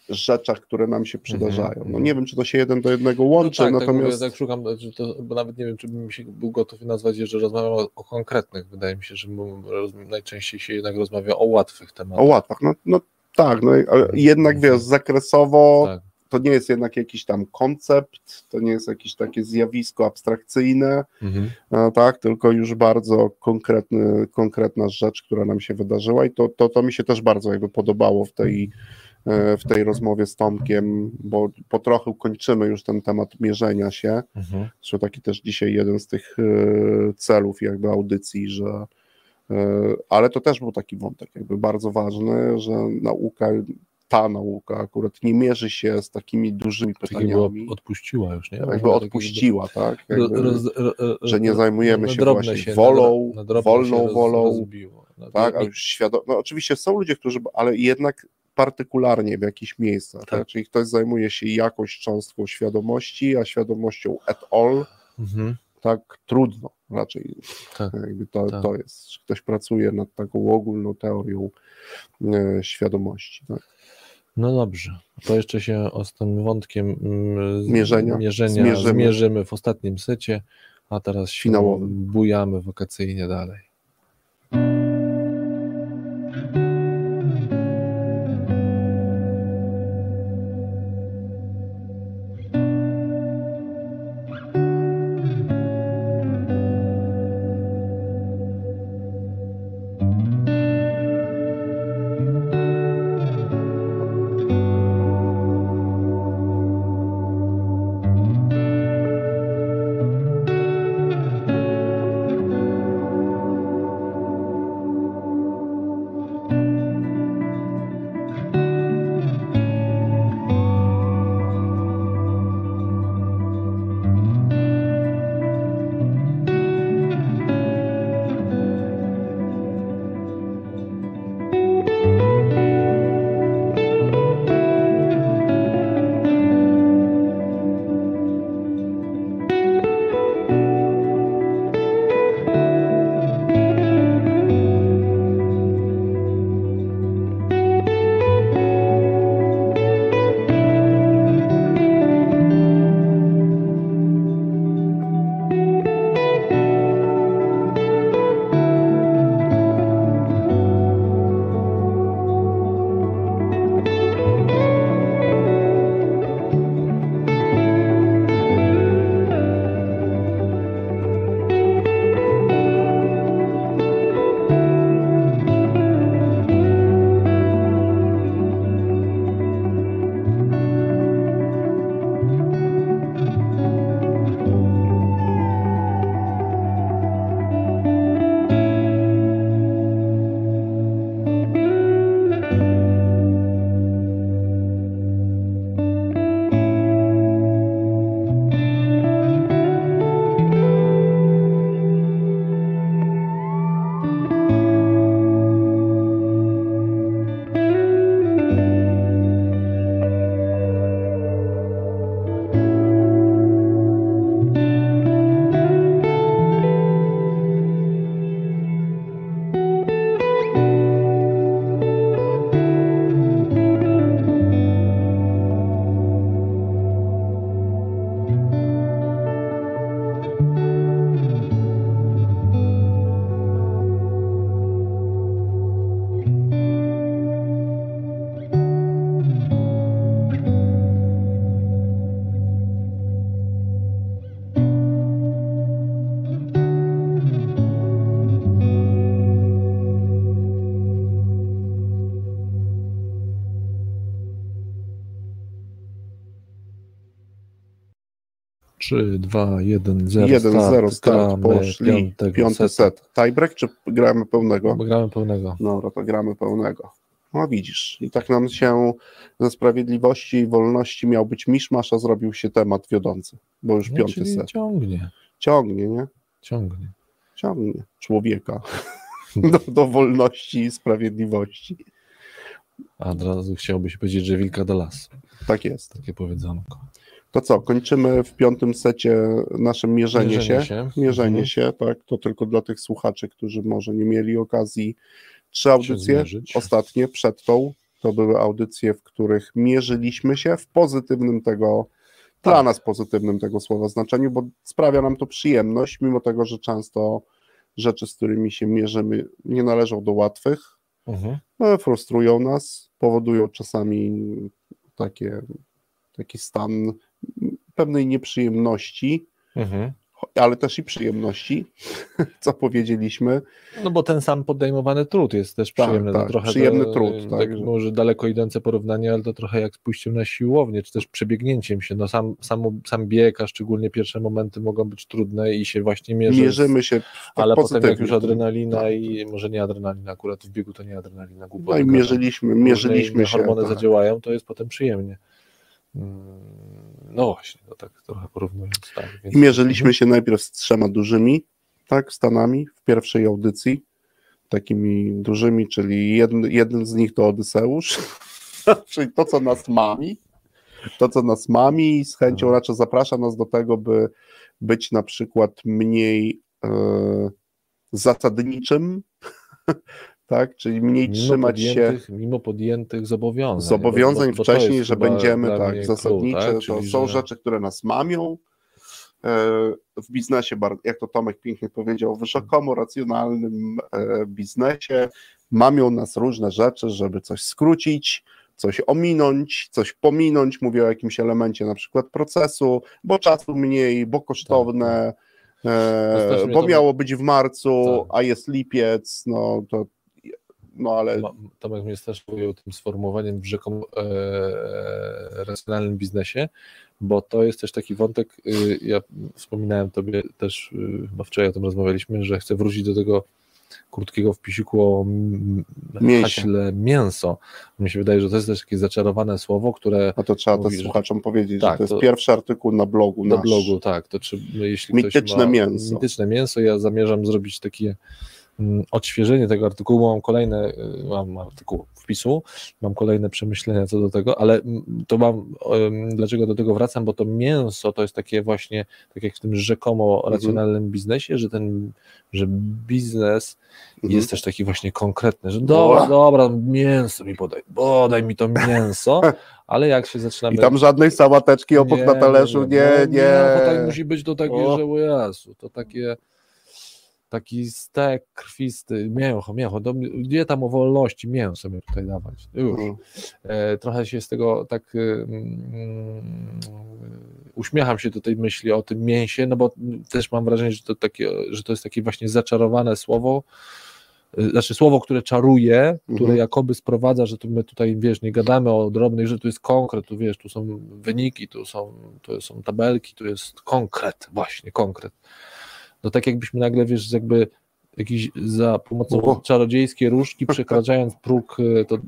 rzeczach, które nam się przydarzają. No nie wiem, czy to się 1 do 1 łączy,
tak,
natomiast...
Tak szukam, bo nawet nie wiem, czy bym się był gotów nazwać, że rozmawiam o konkretnych. Wydaje mi się, że najczęściej się jednak rozmawia o łatwych tematach.
O łatwych, no tak, no ale jednak wiesz, zakresowo to nie jest jednak jakiś tam koncept, to nie jest jakieś takie zjawisko abstrakcyjne, tak, tylko już bardzo konkretna rzecz, która nam się wydarzyła i to mi się też bardzo jakby podobało w tej rozmowie z Tomkiem, bo po trochę kończymy już ten temat mierzenia się, zresztą taki też dzisiaj jeden z tych celów jakby audycji, że ale to też był taki wątek jakby bardzo ważny, że ta nauka akurat nie mierzy się z takimi dużymi pytaniami.
Jakby odpuściła już, nie?
Jakby odpuściła, tak? Że nie zajmujemy się właśnie wolą, wolną wolą, tak? No oczywiście są ludzie, którzy, ale jednak partykularnie w jakichś miejscach, tak? Czyli ktoś zajmuje się jakąś cząstką świadomości, a świadomością at all, tak trudno raczej. Jakby to jest, że ktoś pracuje nad taką ogólną teorią świadomości. Tak?
No dobrze, to jeszcze się z tym wątkiem
mierzenia
zmierzymy w ostatnim secie, a teraz finałowym bujamy wakacyjnie dalej. Trzy, 2, 1, 0,
1-0 start, poszli, piąty set. Tiebreak czy gramy pełnego?
Gramy pełnego.
Dobra, to gramy pełnego. No widzisz, i tak nam się ze sprawiedliwości i wolności miał być miszmasz, a zrobił się temat wiodący, bo już
No,
piąty set.
Ciągnie,
nie?
Ciągnie
człowieka do wolności i sprawiedliwości.
A od razu chciałbyś powiedzieć, że wilka do lasu.
Tak jest.
Takie powiedzonko.
To co, kończymy w piątym secie nasze mierzenie się, tak, to tylko dla tych słuchaczy, którzy może nie mieli okazji. 3 audycje ostatnie przed tą, to były audycje, w których mierzyliśmy się w pozytywnym tego, dla nas pozytywnym tego słowa znaczeniu, bo sprawia nam to przyjemność, mimo tego, że często rzeczy, z którymi się mierzymy, nie należą do łatwych, frustrują nas, powodują czasami taki stan pewnej nieprzyjemności, ale też i przyjemności, co powiedzieliśmy.
No bo ten sam podejmowany trud jest też przyjemny.
Tak, trochę przyjemny trud.
Tak, może daleko idące porównanie, ale to trochę jak pójściem na siłownię, czy też przebiegnięciem się. No sam bieg, a szczególnie pierwsze momenty mogą być trudne i się właśnie
mierzymy się
ale potem jak już adrenalina i może nie adrenalina, akurat w biegu to nie adrenalina.
No i mierzyliśmy się.
Hormony zadziałają, to jest potem przyjemnie. No właśnie, to tak trochę porównując. Tak, więc...
I mierzyliśmy się najpierw z 3 dużymi, tak, stanami w pierwszej audycji, takimi dużymi, czyli jeden z nich to Odyseusz, czyli to, co nas mami, z chęcią raczej zaprasza nas do tego, by być na przykład mniej zasadniczym, tak, czyli mniej trzymać się
mimo podjętych zobowiązań.
Zobowiązań wcześniej, że będziemy zasadnicze, tak, to są rzeczy, które nas mamią w biznesie, jak to Tomek pięknie powiedział, wysoko-racjonalnym biznesie, mamią nas różne rzeczy, żeby coś skrócić, coś ominąć, coś pominąć, mówię o jakimś elemencie na przykład procesu, bo czasu mniej, bo kosztowne, bo miało być w marcu, a jest lipiec, ale...
Tomek mnie strasznie ujął tym sformułowaniem w racjonalnym biznesie, bo to jest też taki wątek, ja wspominałem tobie też, chyba wczoraj o tym rozmawialiśmy, że chcę wrócić do tego krótkiego wpisiku o haśle mięso. Mnie się wydaje, że to jest też takie zaczarowane słowo, które...
A to trzeba też słuchaczom powiedzieć, tak, że to jest pierwszy artykuł na blogu nasz.
Na blogu, tak. To jeśli
mityczne mięso.
Mityczne mięso, ja zamierzam zrobić takie odświeżenie tego artykułu, mam artykuł wpisu, mam kolejne przemyślenia co do tego, ale to dlaczego do tego wracam, bo to mięso to jest takie właśnie, tak jak w tym rzekomo racjonalnym biznesie, że biznes jest też taki właśnie konkretny, że dobra, mięso mi podaj mi to mięso, ale jak się zaczynamy...
I tam żadnej sałateczki obok na talerzu, nie.
Tutaj musi być to takie, że Jezu, to taki stek krwisty, mięcho, gdzie tam o wolności, mięso mi tutaj dawać, już. Trochę się z tego tak uśmiecham się do tej myśli o tym mięsie, no bo też mam wrażenie, że to jest takie właśnie zaczarowane słowo, znaczy słowo, które czaruje, które jakoby sprowadza, że my tutaj, wiesz, nie gadamy o drobnych, że tu jest konkret, tu wiesz, tu są wyniki, tu są tabelki, tu jest konkret, właśnie konkret. No tak jakbyśmy nagle, wiesz, jakby jakiś za pomocą czarodziejskiej różdżki przekraczając próg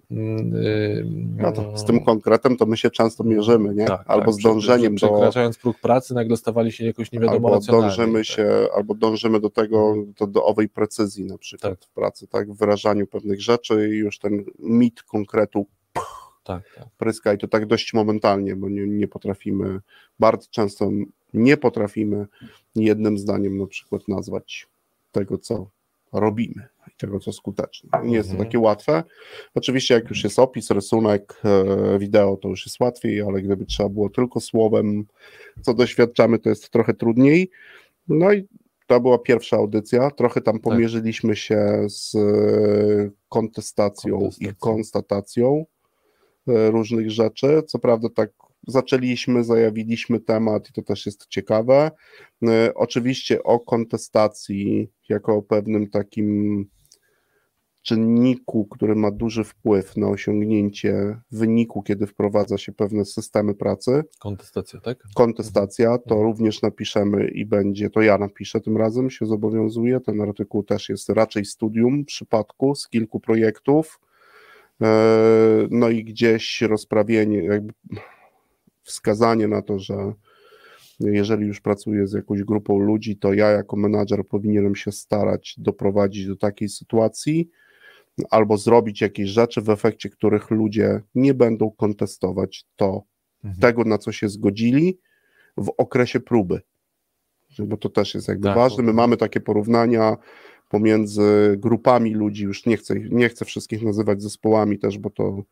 z tym konkretem to my się często mierzymy, nie? Albo z dążeniem
przekraczając próg pracy nagle stawali się jakoś nie wiadomo racjonalnie.
Albo dążymy do tego, do owej precyzji na przykład w pracy, tak? W wyrażaniu pewnych rzeczy i już ten mit konkretu pryska i to tak dość momentalnie, bo nie potrafimy, bardzo często nie potrafimy jednym zdaniem na przykład nazwać tego, co robimy i tego, co skuteczne. Nie jest to takie łatwe. Oczywiście jak już jest opis, rysunek, wideo, to już jest łatwiej, ale gdyby trzeba było tylko słowem, co doświadczamy, to jest trochę trudniej. No i to była pierwsza audycja. Trochę tam pomierzyliśmy się z kontestacją i konstatacją różnych rzeczy. Co prawda tak zajawiliśmy temat i to też jest ciekawe. Oczywiście o kontestacji jako o pewnym takim czynniku, który ma duży wpływ na osiągnięcie wyniku, kiedy wprowadza się pewne systemy pracy.
Kontestacja, tak?
Kontestacja, to również napiszemy i będzie, to ja napiszę tym razem, się zobowiązuję. Ten artykuł też jest raczej studium przypadku z kilku projektów. No i gdzieś rozprawienie, jakby wskazanie na to, że jeżeli już pracuję z jakąś grupą ludzi, to ja jako menadżer powinienem się starać doprowadzić do takiej sytuacji albo zrobić jakieś rzeczy, w efekcie których ludzie nie będą kontestować tego, na co się zgodzili w okresie próby. Bo to też jest jakby ważne. My mamy takie porównania pomiędzy grupami ludzi, już nie chcę wszystkich nazywać zespołami też, bo to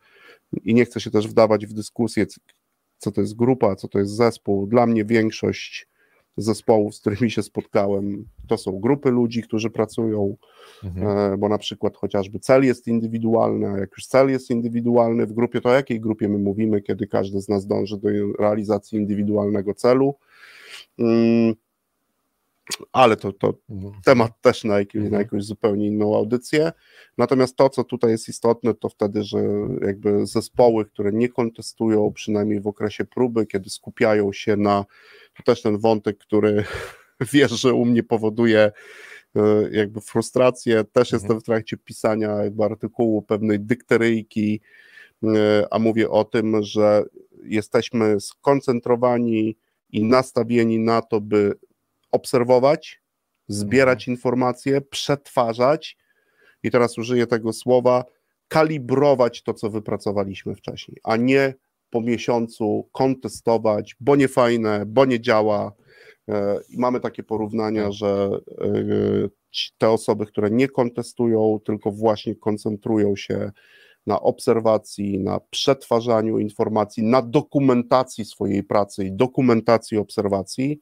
i nie chcę się też wdawać w dyskusję, co to jest grupa, co to jest zespół. Dla mnie większość zespołów, z którymi się spotkałem, to są grupy ludzi, którzy pracują, bo na przykład chociażby cel jest indywidualny, a jak już cel jest indywidualny w grupie, to o jakiej grupie my mówimy, kiedy każdy z nas dąży do realizacji indywidualnego celu? Ale to temat też na jakąś zupełnie inną audycję. Natomiast to, co tutaj jest istotne, to wtedy, że jakby zespoły, które nie kontestują, przynajmniej w okresie próby, kiedy skupiają się na, to też ten wątek, który wiesz, że u mnie powoduje jakby frustrację, też jestem w trakcie pisania jakby artykułu, pewnej dykteryjki, a mówię o tym, że jesteśmy skoncentrowani i nastawieni na to, by obserwować, zbierać informacje, przetwarzać i teraz użyję tego słowa, kalibrować to, co wypracowaliśmy wcześniej, a nie po miesiącu kontestować, bo nie fajne, bo nie działa. I mamy takie porównania, że te osoby, które nie kontestują, tylko właśnie koncentrują się na obserwacji, na przetwarzaniu informacji, na dokumentacji swojej pracy i dokumentacji obserwacji,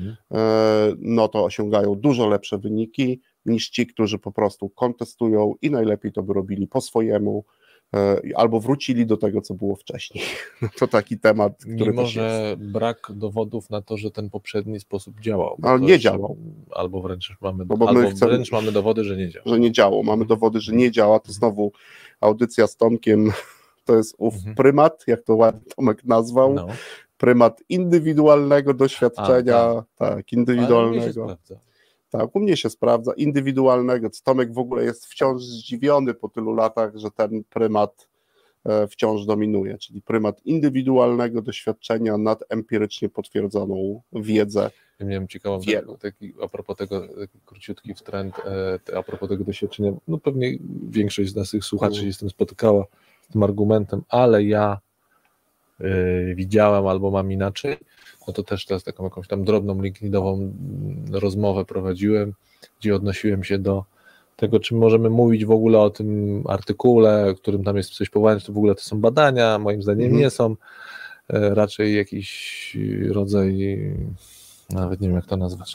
no to osiągają dużo lepsze wyniki niż ci, którzy po prostu kontestują i najlepiej to by robili po swojemu albo wrócili do tego, co było wcześniej. To taki temat, który
mimo,
też
że
jest.
brak dowodów na to, że ten poprzedni sposób działał.
Ale nie działał.
Albo wręcz mamy,
wręcz
mamy dowody, że nie działa.
Że nie działał. Mamy dowody, że nie działa. To znowu audycja z Tomkiem, to jest prymat, jak to ładnie Tomek nazwał.
No.
Prymat indywidualnego doświadczenia, tak, indywidualnego.
Ale u mnie się sprawdza.
Tak, u mnie się sprawdza, indywidualnego. Tomek w ogóle jest wciąż zdziwiony po tylu latach, że ten prymat wciąż dominuje, czyli prymat indywidualnego doświadczenia nad empirycznie potwierdzoną wiedzę.
Ja miałem ciekawą a propos tego, taki króciutki wtręt, a propos tego doświadczenia, no pewnie większość z naszych słuchaczy się z tym spotykała, z tym argumentem, ale ja widziałem albo mam inaczej, no to też teraz taką jakąś tam drobną LinkedInową rozmowę prowadziłem, gdzie odnosiłem się do tego, czy możemy mówić w ogóle o tym artykule, którym tam jest coś powołane, czy to w ogóle to są badania, moim zdaniem nie są, raczej jakiś rodzaj, nawet nie wiem jak to nazwać,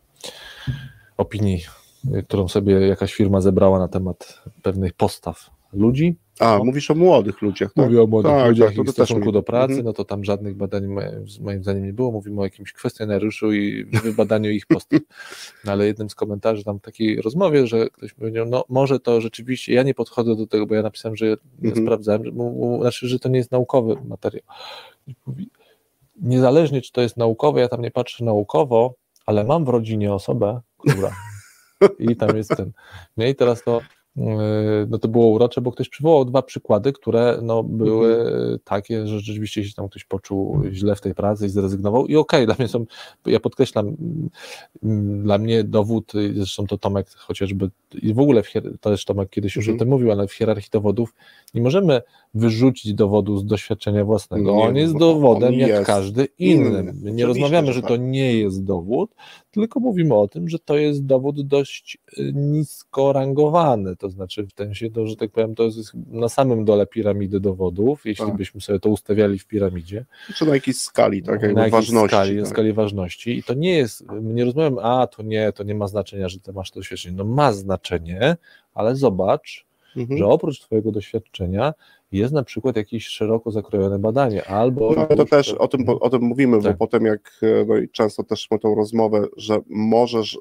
opinii, którą sobie jakaś firma zebrała na temat pewnych postaw ludzi.
Mówisz o młodych ludziach, tak?
Mówię o młodych ludziach i w stosunku do pracy,
Mhm.
no to tam żadnych badań moim zdaniem nie było, mówimy o jakimś kwestionariuszu i wybadaniu ich postaw. No ale jednym z komentarzy tam w takiej rozmowie, że ktoś powiedział, no może to rzeczywiście, ja nie podchodzę do tego, bo ja napisałem, że ja sprawdzałem, że to nie jest naukowy materiał. I mówi, niezależnie czy to jest naukowe, ja tam nie patrzę naukowo, ale mam w rodzinie osobę, która i tam jest ten. No i teraz to było urocze, bo ktoś przywołał 2 przykłady, które były takie, że rzeczywiście się tam ktoś poczuł źle w tej pracy i zrezygnował i okej, dla mnie ja podkreślam, dla mnie dowód, zresztą to Tomek chociażby i w ogóle to też Tomek kiedyś już o tym mówił, ale w hierarchii dowodów nie możemy wyrzucić dowodu z doświadczenia własnego. On jest dowodem jak każdy inny. My nie rozmawiamy, że to nie jest dowód, tylko mówimy o tym, że to jest dowód dość nisko rangowany, to znaczy w sensie, że tak powiem, to jest na samym dole piramidy dowodów, jeśli byśmy sobie to ustawiali w piramidzie.
Czy na jakiejś skali, tak, jakby ważności.
Na skali ważności i to nie jest, nie rozmawiam, to nie ma znaczenia, że ty masz to doświadczenie. No ma znaczenie, ale zobacz, że oprócz twojego doświadczenia jest na przykład jakieś szeroko zakrojone badanie, albo...
No to też o tym mówimy, bo potem jak często też mamy tą rozmowę, że możesz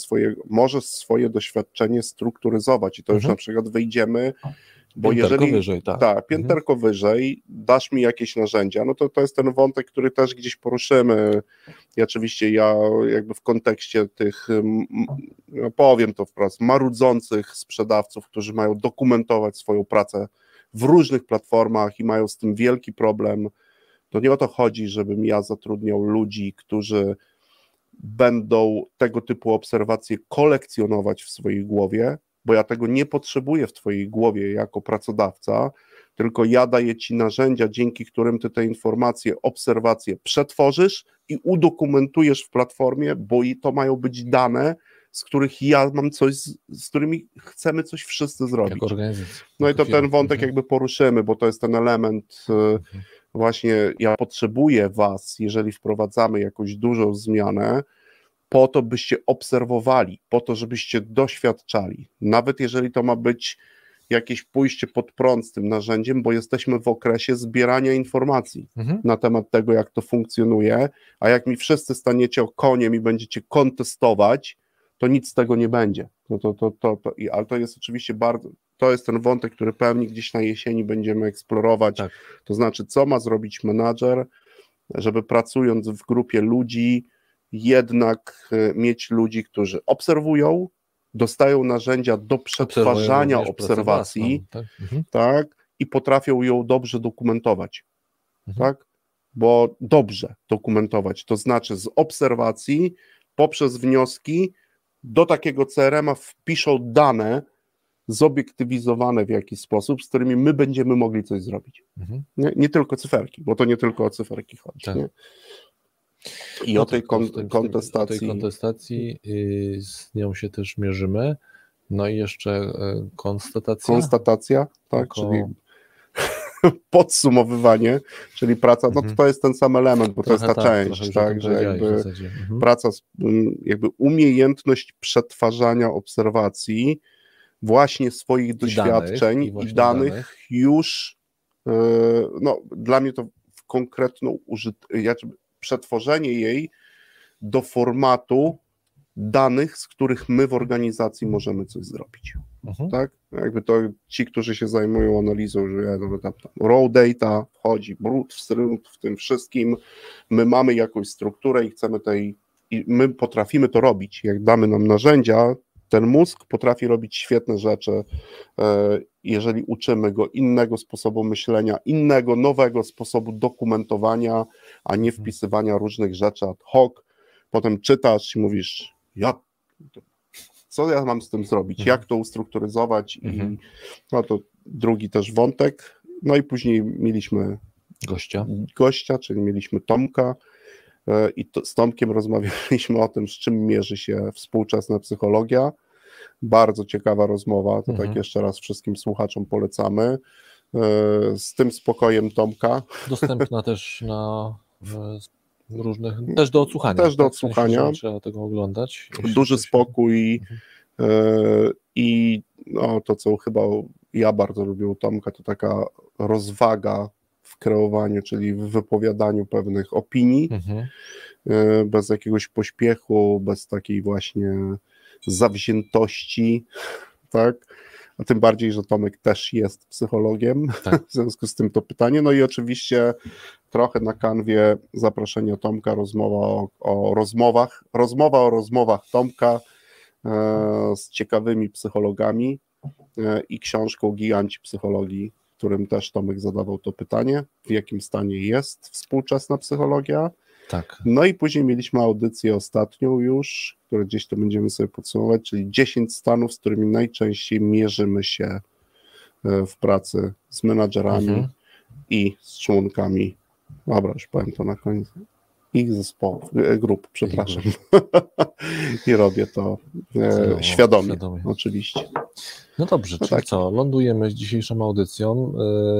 swoje doświadczenie strukturyzować i to już na przykład wyjdziemy, bo jeżeli
wyżej,
pięterko wyżej, dasz mi jakieś narzędzia, no to jest ten wątek, który też gdzieś poruszymy. I oczywiście ja jakby w kontekście tych, powiem to wprost, marudzących sprzedawców, którzy mają dokumentować swoją pracę w różnych platformach i mają z tym wielki problem, to nie o to chodzi, żebym ja zatrudniał ludzi, którzy będą tego typu obserwacje kolekcjonować w swojej głowie, bo ja tego nie potrzebuję w twojej głowie jako pracodawca, tylko ja daję ci narzędzia, dzięki którym ty te informacje, obserwacje przetworzysz i udokumentujesz w platformie, bo i to mają być dane, z których ja mam coś, z którymi chcemy coś wszyscy zrobić.
Jako organizacja.
No i to ten wątek jakby poruszymy, bo to jest ten element właśnie, ja potrzebuję was, jeżeli wprowadzamy jakąś dużą zmianę, po to, byście obserwowali, po to, żebyście doświadczali. Nawet jeżeli to ma być jakieś pójście pod prąd z tym narzędziem, bo jesteśmy w okresie zbierania informacji na temat tego, jak to funkcjonuje, a jak mi wszyscy staniecie koniem i będziecie kontestować, to nic z tego nie będzie. Ale to jest oczywiście to jest ten wątek, który pewnie gdzieś na jesieni będziemy eksplorować, tak. To znaczy, co ma zrobić menadżer, żeby pracując w grupie ludzi, jednak mieć ludzi, którzy obserwują, dostają narzędzia do przetwarzania obserwacji, tak, i potrafią ją dobrze dokumentować, tak, bo dobrze dokumentować, to znaczy z obserwacji poprzez wnioski do takiego CRM-a wpiszą dane zobiektywizowane w jakiś sposób, z którymi my będziemy mogli coś zrobić. Nie tylko cyferki, bo to nie tylko o cyferki chodzi. Tak. Nie? I o tej kontestacji.
O tej kontestacji z nią się też mierzymy. No i jeszcze
konstatacja, tak, czyli podsumowywanie, czyli praca, no to jest ten sam element, bo trochę to jest ta część, tak, że jakby praca, jakby umiejętność przetwarzania obserwacji właśnie swoich doświadczeń i danych już, no dla mnie to w konkretną przetworzenie jej do formatu danych, z których my w organizacji możemy coś zrobić. Tak? Jakby to ci, którzy się zajmują analizą, że tam raw data wchodzi, brud w tym wszystkim, my mamy jakąś strukturę i chcemy i my potrafimy to robić. Jak damy nam narzędzia, ten mózg potrafi robić świetne rzeczy, jeżeli uczymy go innego sposobu myślenia, innego, nowego sposobu dokumentowania, a nie wpisywania różnych rzeczy ad hoc. Potem czytasz i mówisz, co ja mam z tym zrobić, jak to ustrukturyzować i no to drugi też wątek. No i później mieliśmy gościa, czyli mieliśmy Tomka i z Tomkiem rozmawialiśmy o tym, z czym mierzy się współczesna psychologia. Bardzo ciekawa rozmowa, to tak jeszcze raz wszystkim słuchaczom polecamy. Z tym spokojem Tomka.
Dostępna też na różnych, też do odsłuchania.
Też do odsłuchania.
W sensie, trzeba tego oglądać.
Duży spokój i no, to, co chyba ja bardzo lubię u Tomka, to taka rozwaga w kreowaniu, czyli w wypowiadaniu pewnych opinii, bez jakiegoś pośpiechu, bez takiej właśnie zawziętości, tak? A tym bardziej, że Tomek też jest psychologiem, tak. W związku z tym to pytanie. No i oczywiście trochę na kanwie zaproszenie Tomka, rozmowa o rozmowach Tomka z ciekawymi psychologami i książką Giganci Psychologii, którym też Tomek zadawał to pytanie, w jakim stanie jest współczesna psychologia.
Tak.
No i później mieliśmy audycję ostatnią już, które gdzieś to będziemy sobie podsumować, czyli 10 stanów, z którymi najczęściej mierzymy się w pracy z menadżerami i z członkami, dobra, już powiem to na koniec, ich zespołów, grup, przepraszam. I robię to świadomie, oczywiście.
No dobrze, czyli tak. Co? Lądujemy z dzisiejszą audycją.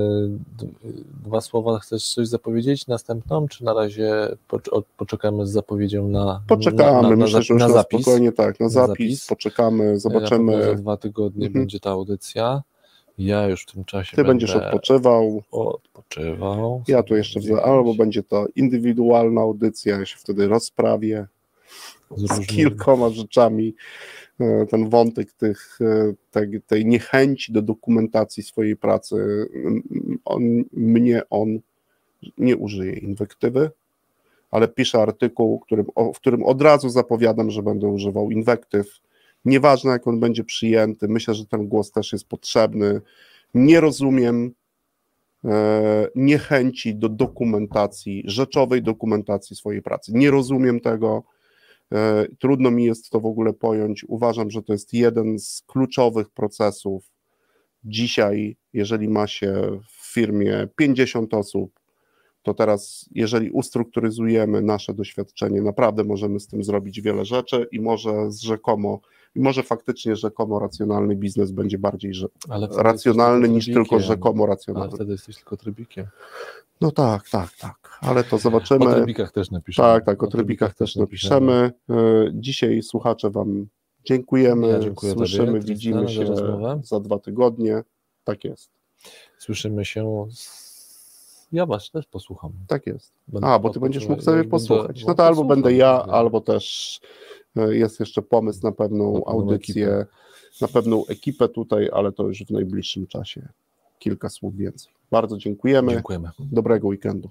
2 słowa, chcesz coś zapowiedzieć następną, czy na razie poczekamy z zapowiedzią na
Poczekamy, myślę, że już na zapis. Spokojnie, tak, na zapis, poczekamy, zobaczymy.
Za 2 tygodnie będzie ta audycja. Ja już w tym czasie
Ty będziesz odpoczywał. Ja tu jeszcze albo będzie to indywidualna audycja, ja się wtedy rozprawię z kilkoma rzeczami. Ten wątek tej niechęci do dokumentacji swojej pracy, on nie użyje inwektywy, ale pisze artykuł, w którym od razu zapowiadam, że będę używał inwektyw. Nieważne, jak on będzie przyjęty, myślę, że ten głos też jest potrzebny. Nie rozumiem niechęci do dokumentacji, rzeczowej dokumentacji swojej pracy. Nie rozumiem tego. Trudno mi jest to w ogóle pojąć. Uważam, że to jest jeden z kluczowych procesów. Dzisiaj, jeżeli ma się w firmie 50 osób, to teraz, jeżeli ustrukturyzujemy nasze doświadczenie, naprawdę możemy z tym zrobić wiele rzeczy i może faktycznie rzekomo racjonalny biznes będzie bardziej racjonalny niż tylko rzekomo racjonalny.
Ale wtedy jesteś tylko trybikiem.
No tak, ale to zobaczymy.
O trybikach też napiszemy.
Tak, o trybikach też napiszemy. Dzisiaj słuchacze Wam dziękujemy,
ja dziękuję
słyszymy,
tobie,
widzimy się za 2 tygodnie. Tak jest.
Słyszymy się ja was też posłucham.
Tak jest. Bo ty będziesz mógł sobie posłuchać. No to albo będę ja, albo też jest jeszcze pomysł na pewną audycję, na pewną ekipę tutaj, ale to już w najbliższym czasie. Kilka słów więcej. Bardzo dziękujemy.
Dziękujemy.
Dobrego weekendu.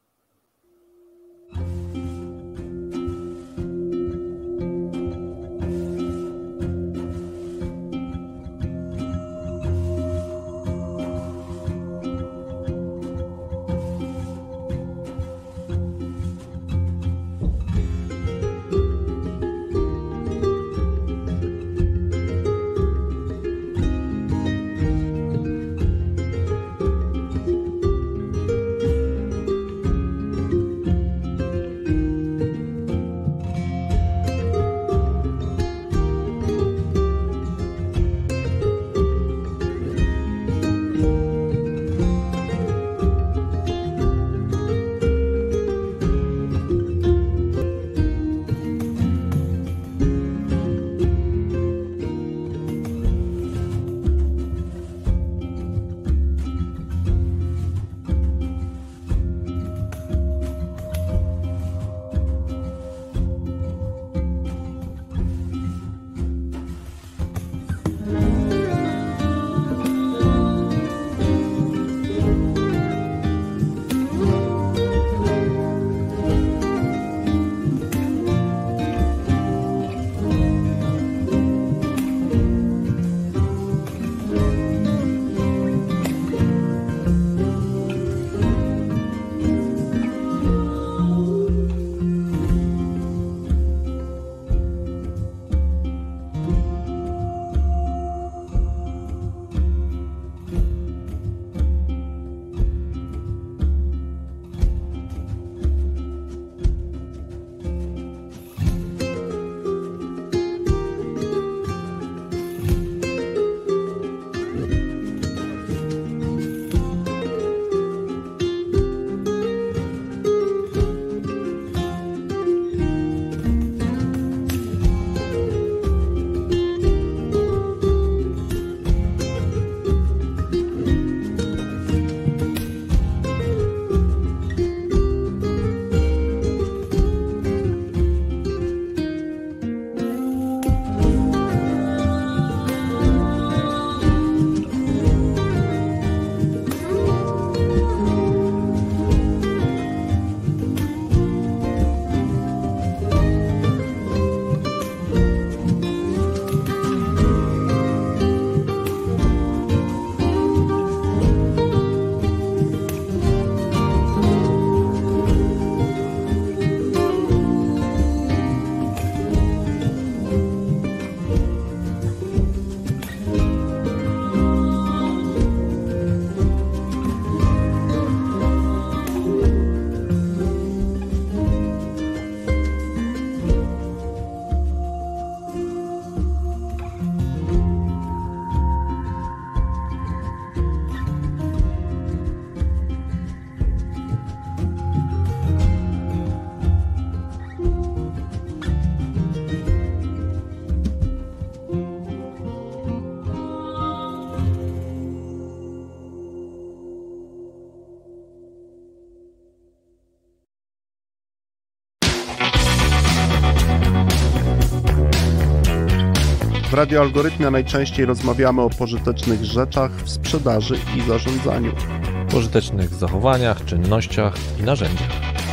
W Radio Algorytmia najczęściej rozmawiamy o pożytecznych rzeczach w sprzedaży i zarządzaniu.
Pożytecznych zachowaniach, czynnościach i narzędziach.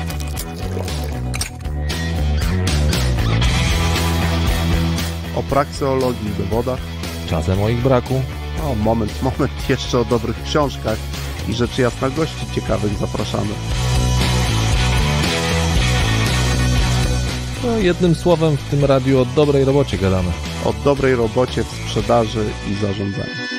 O prakseologii i dowodach.
Czasem o ich braku.
O, moment, jeszcze o dobrych książkach i rzecz jasna gości ciekawych zapraszamy.
No, jednym słowem w tym radiu o dobrej robocie gadamy.
O dobrej robocie w sprzedaży i zarządzaniu.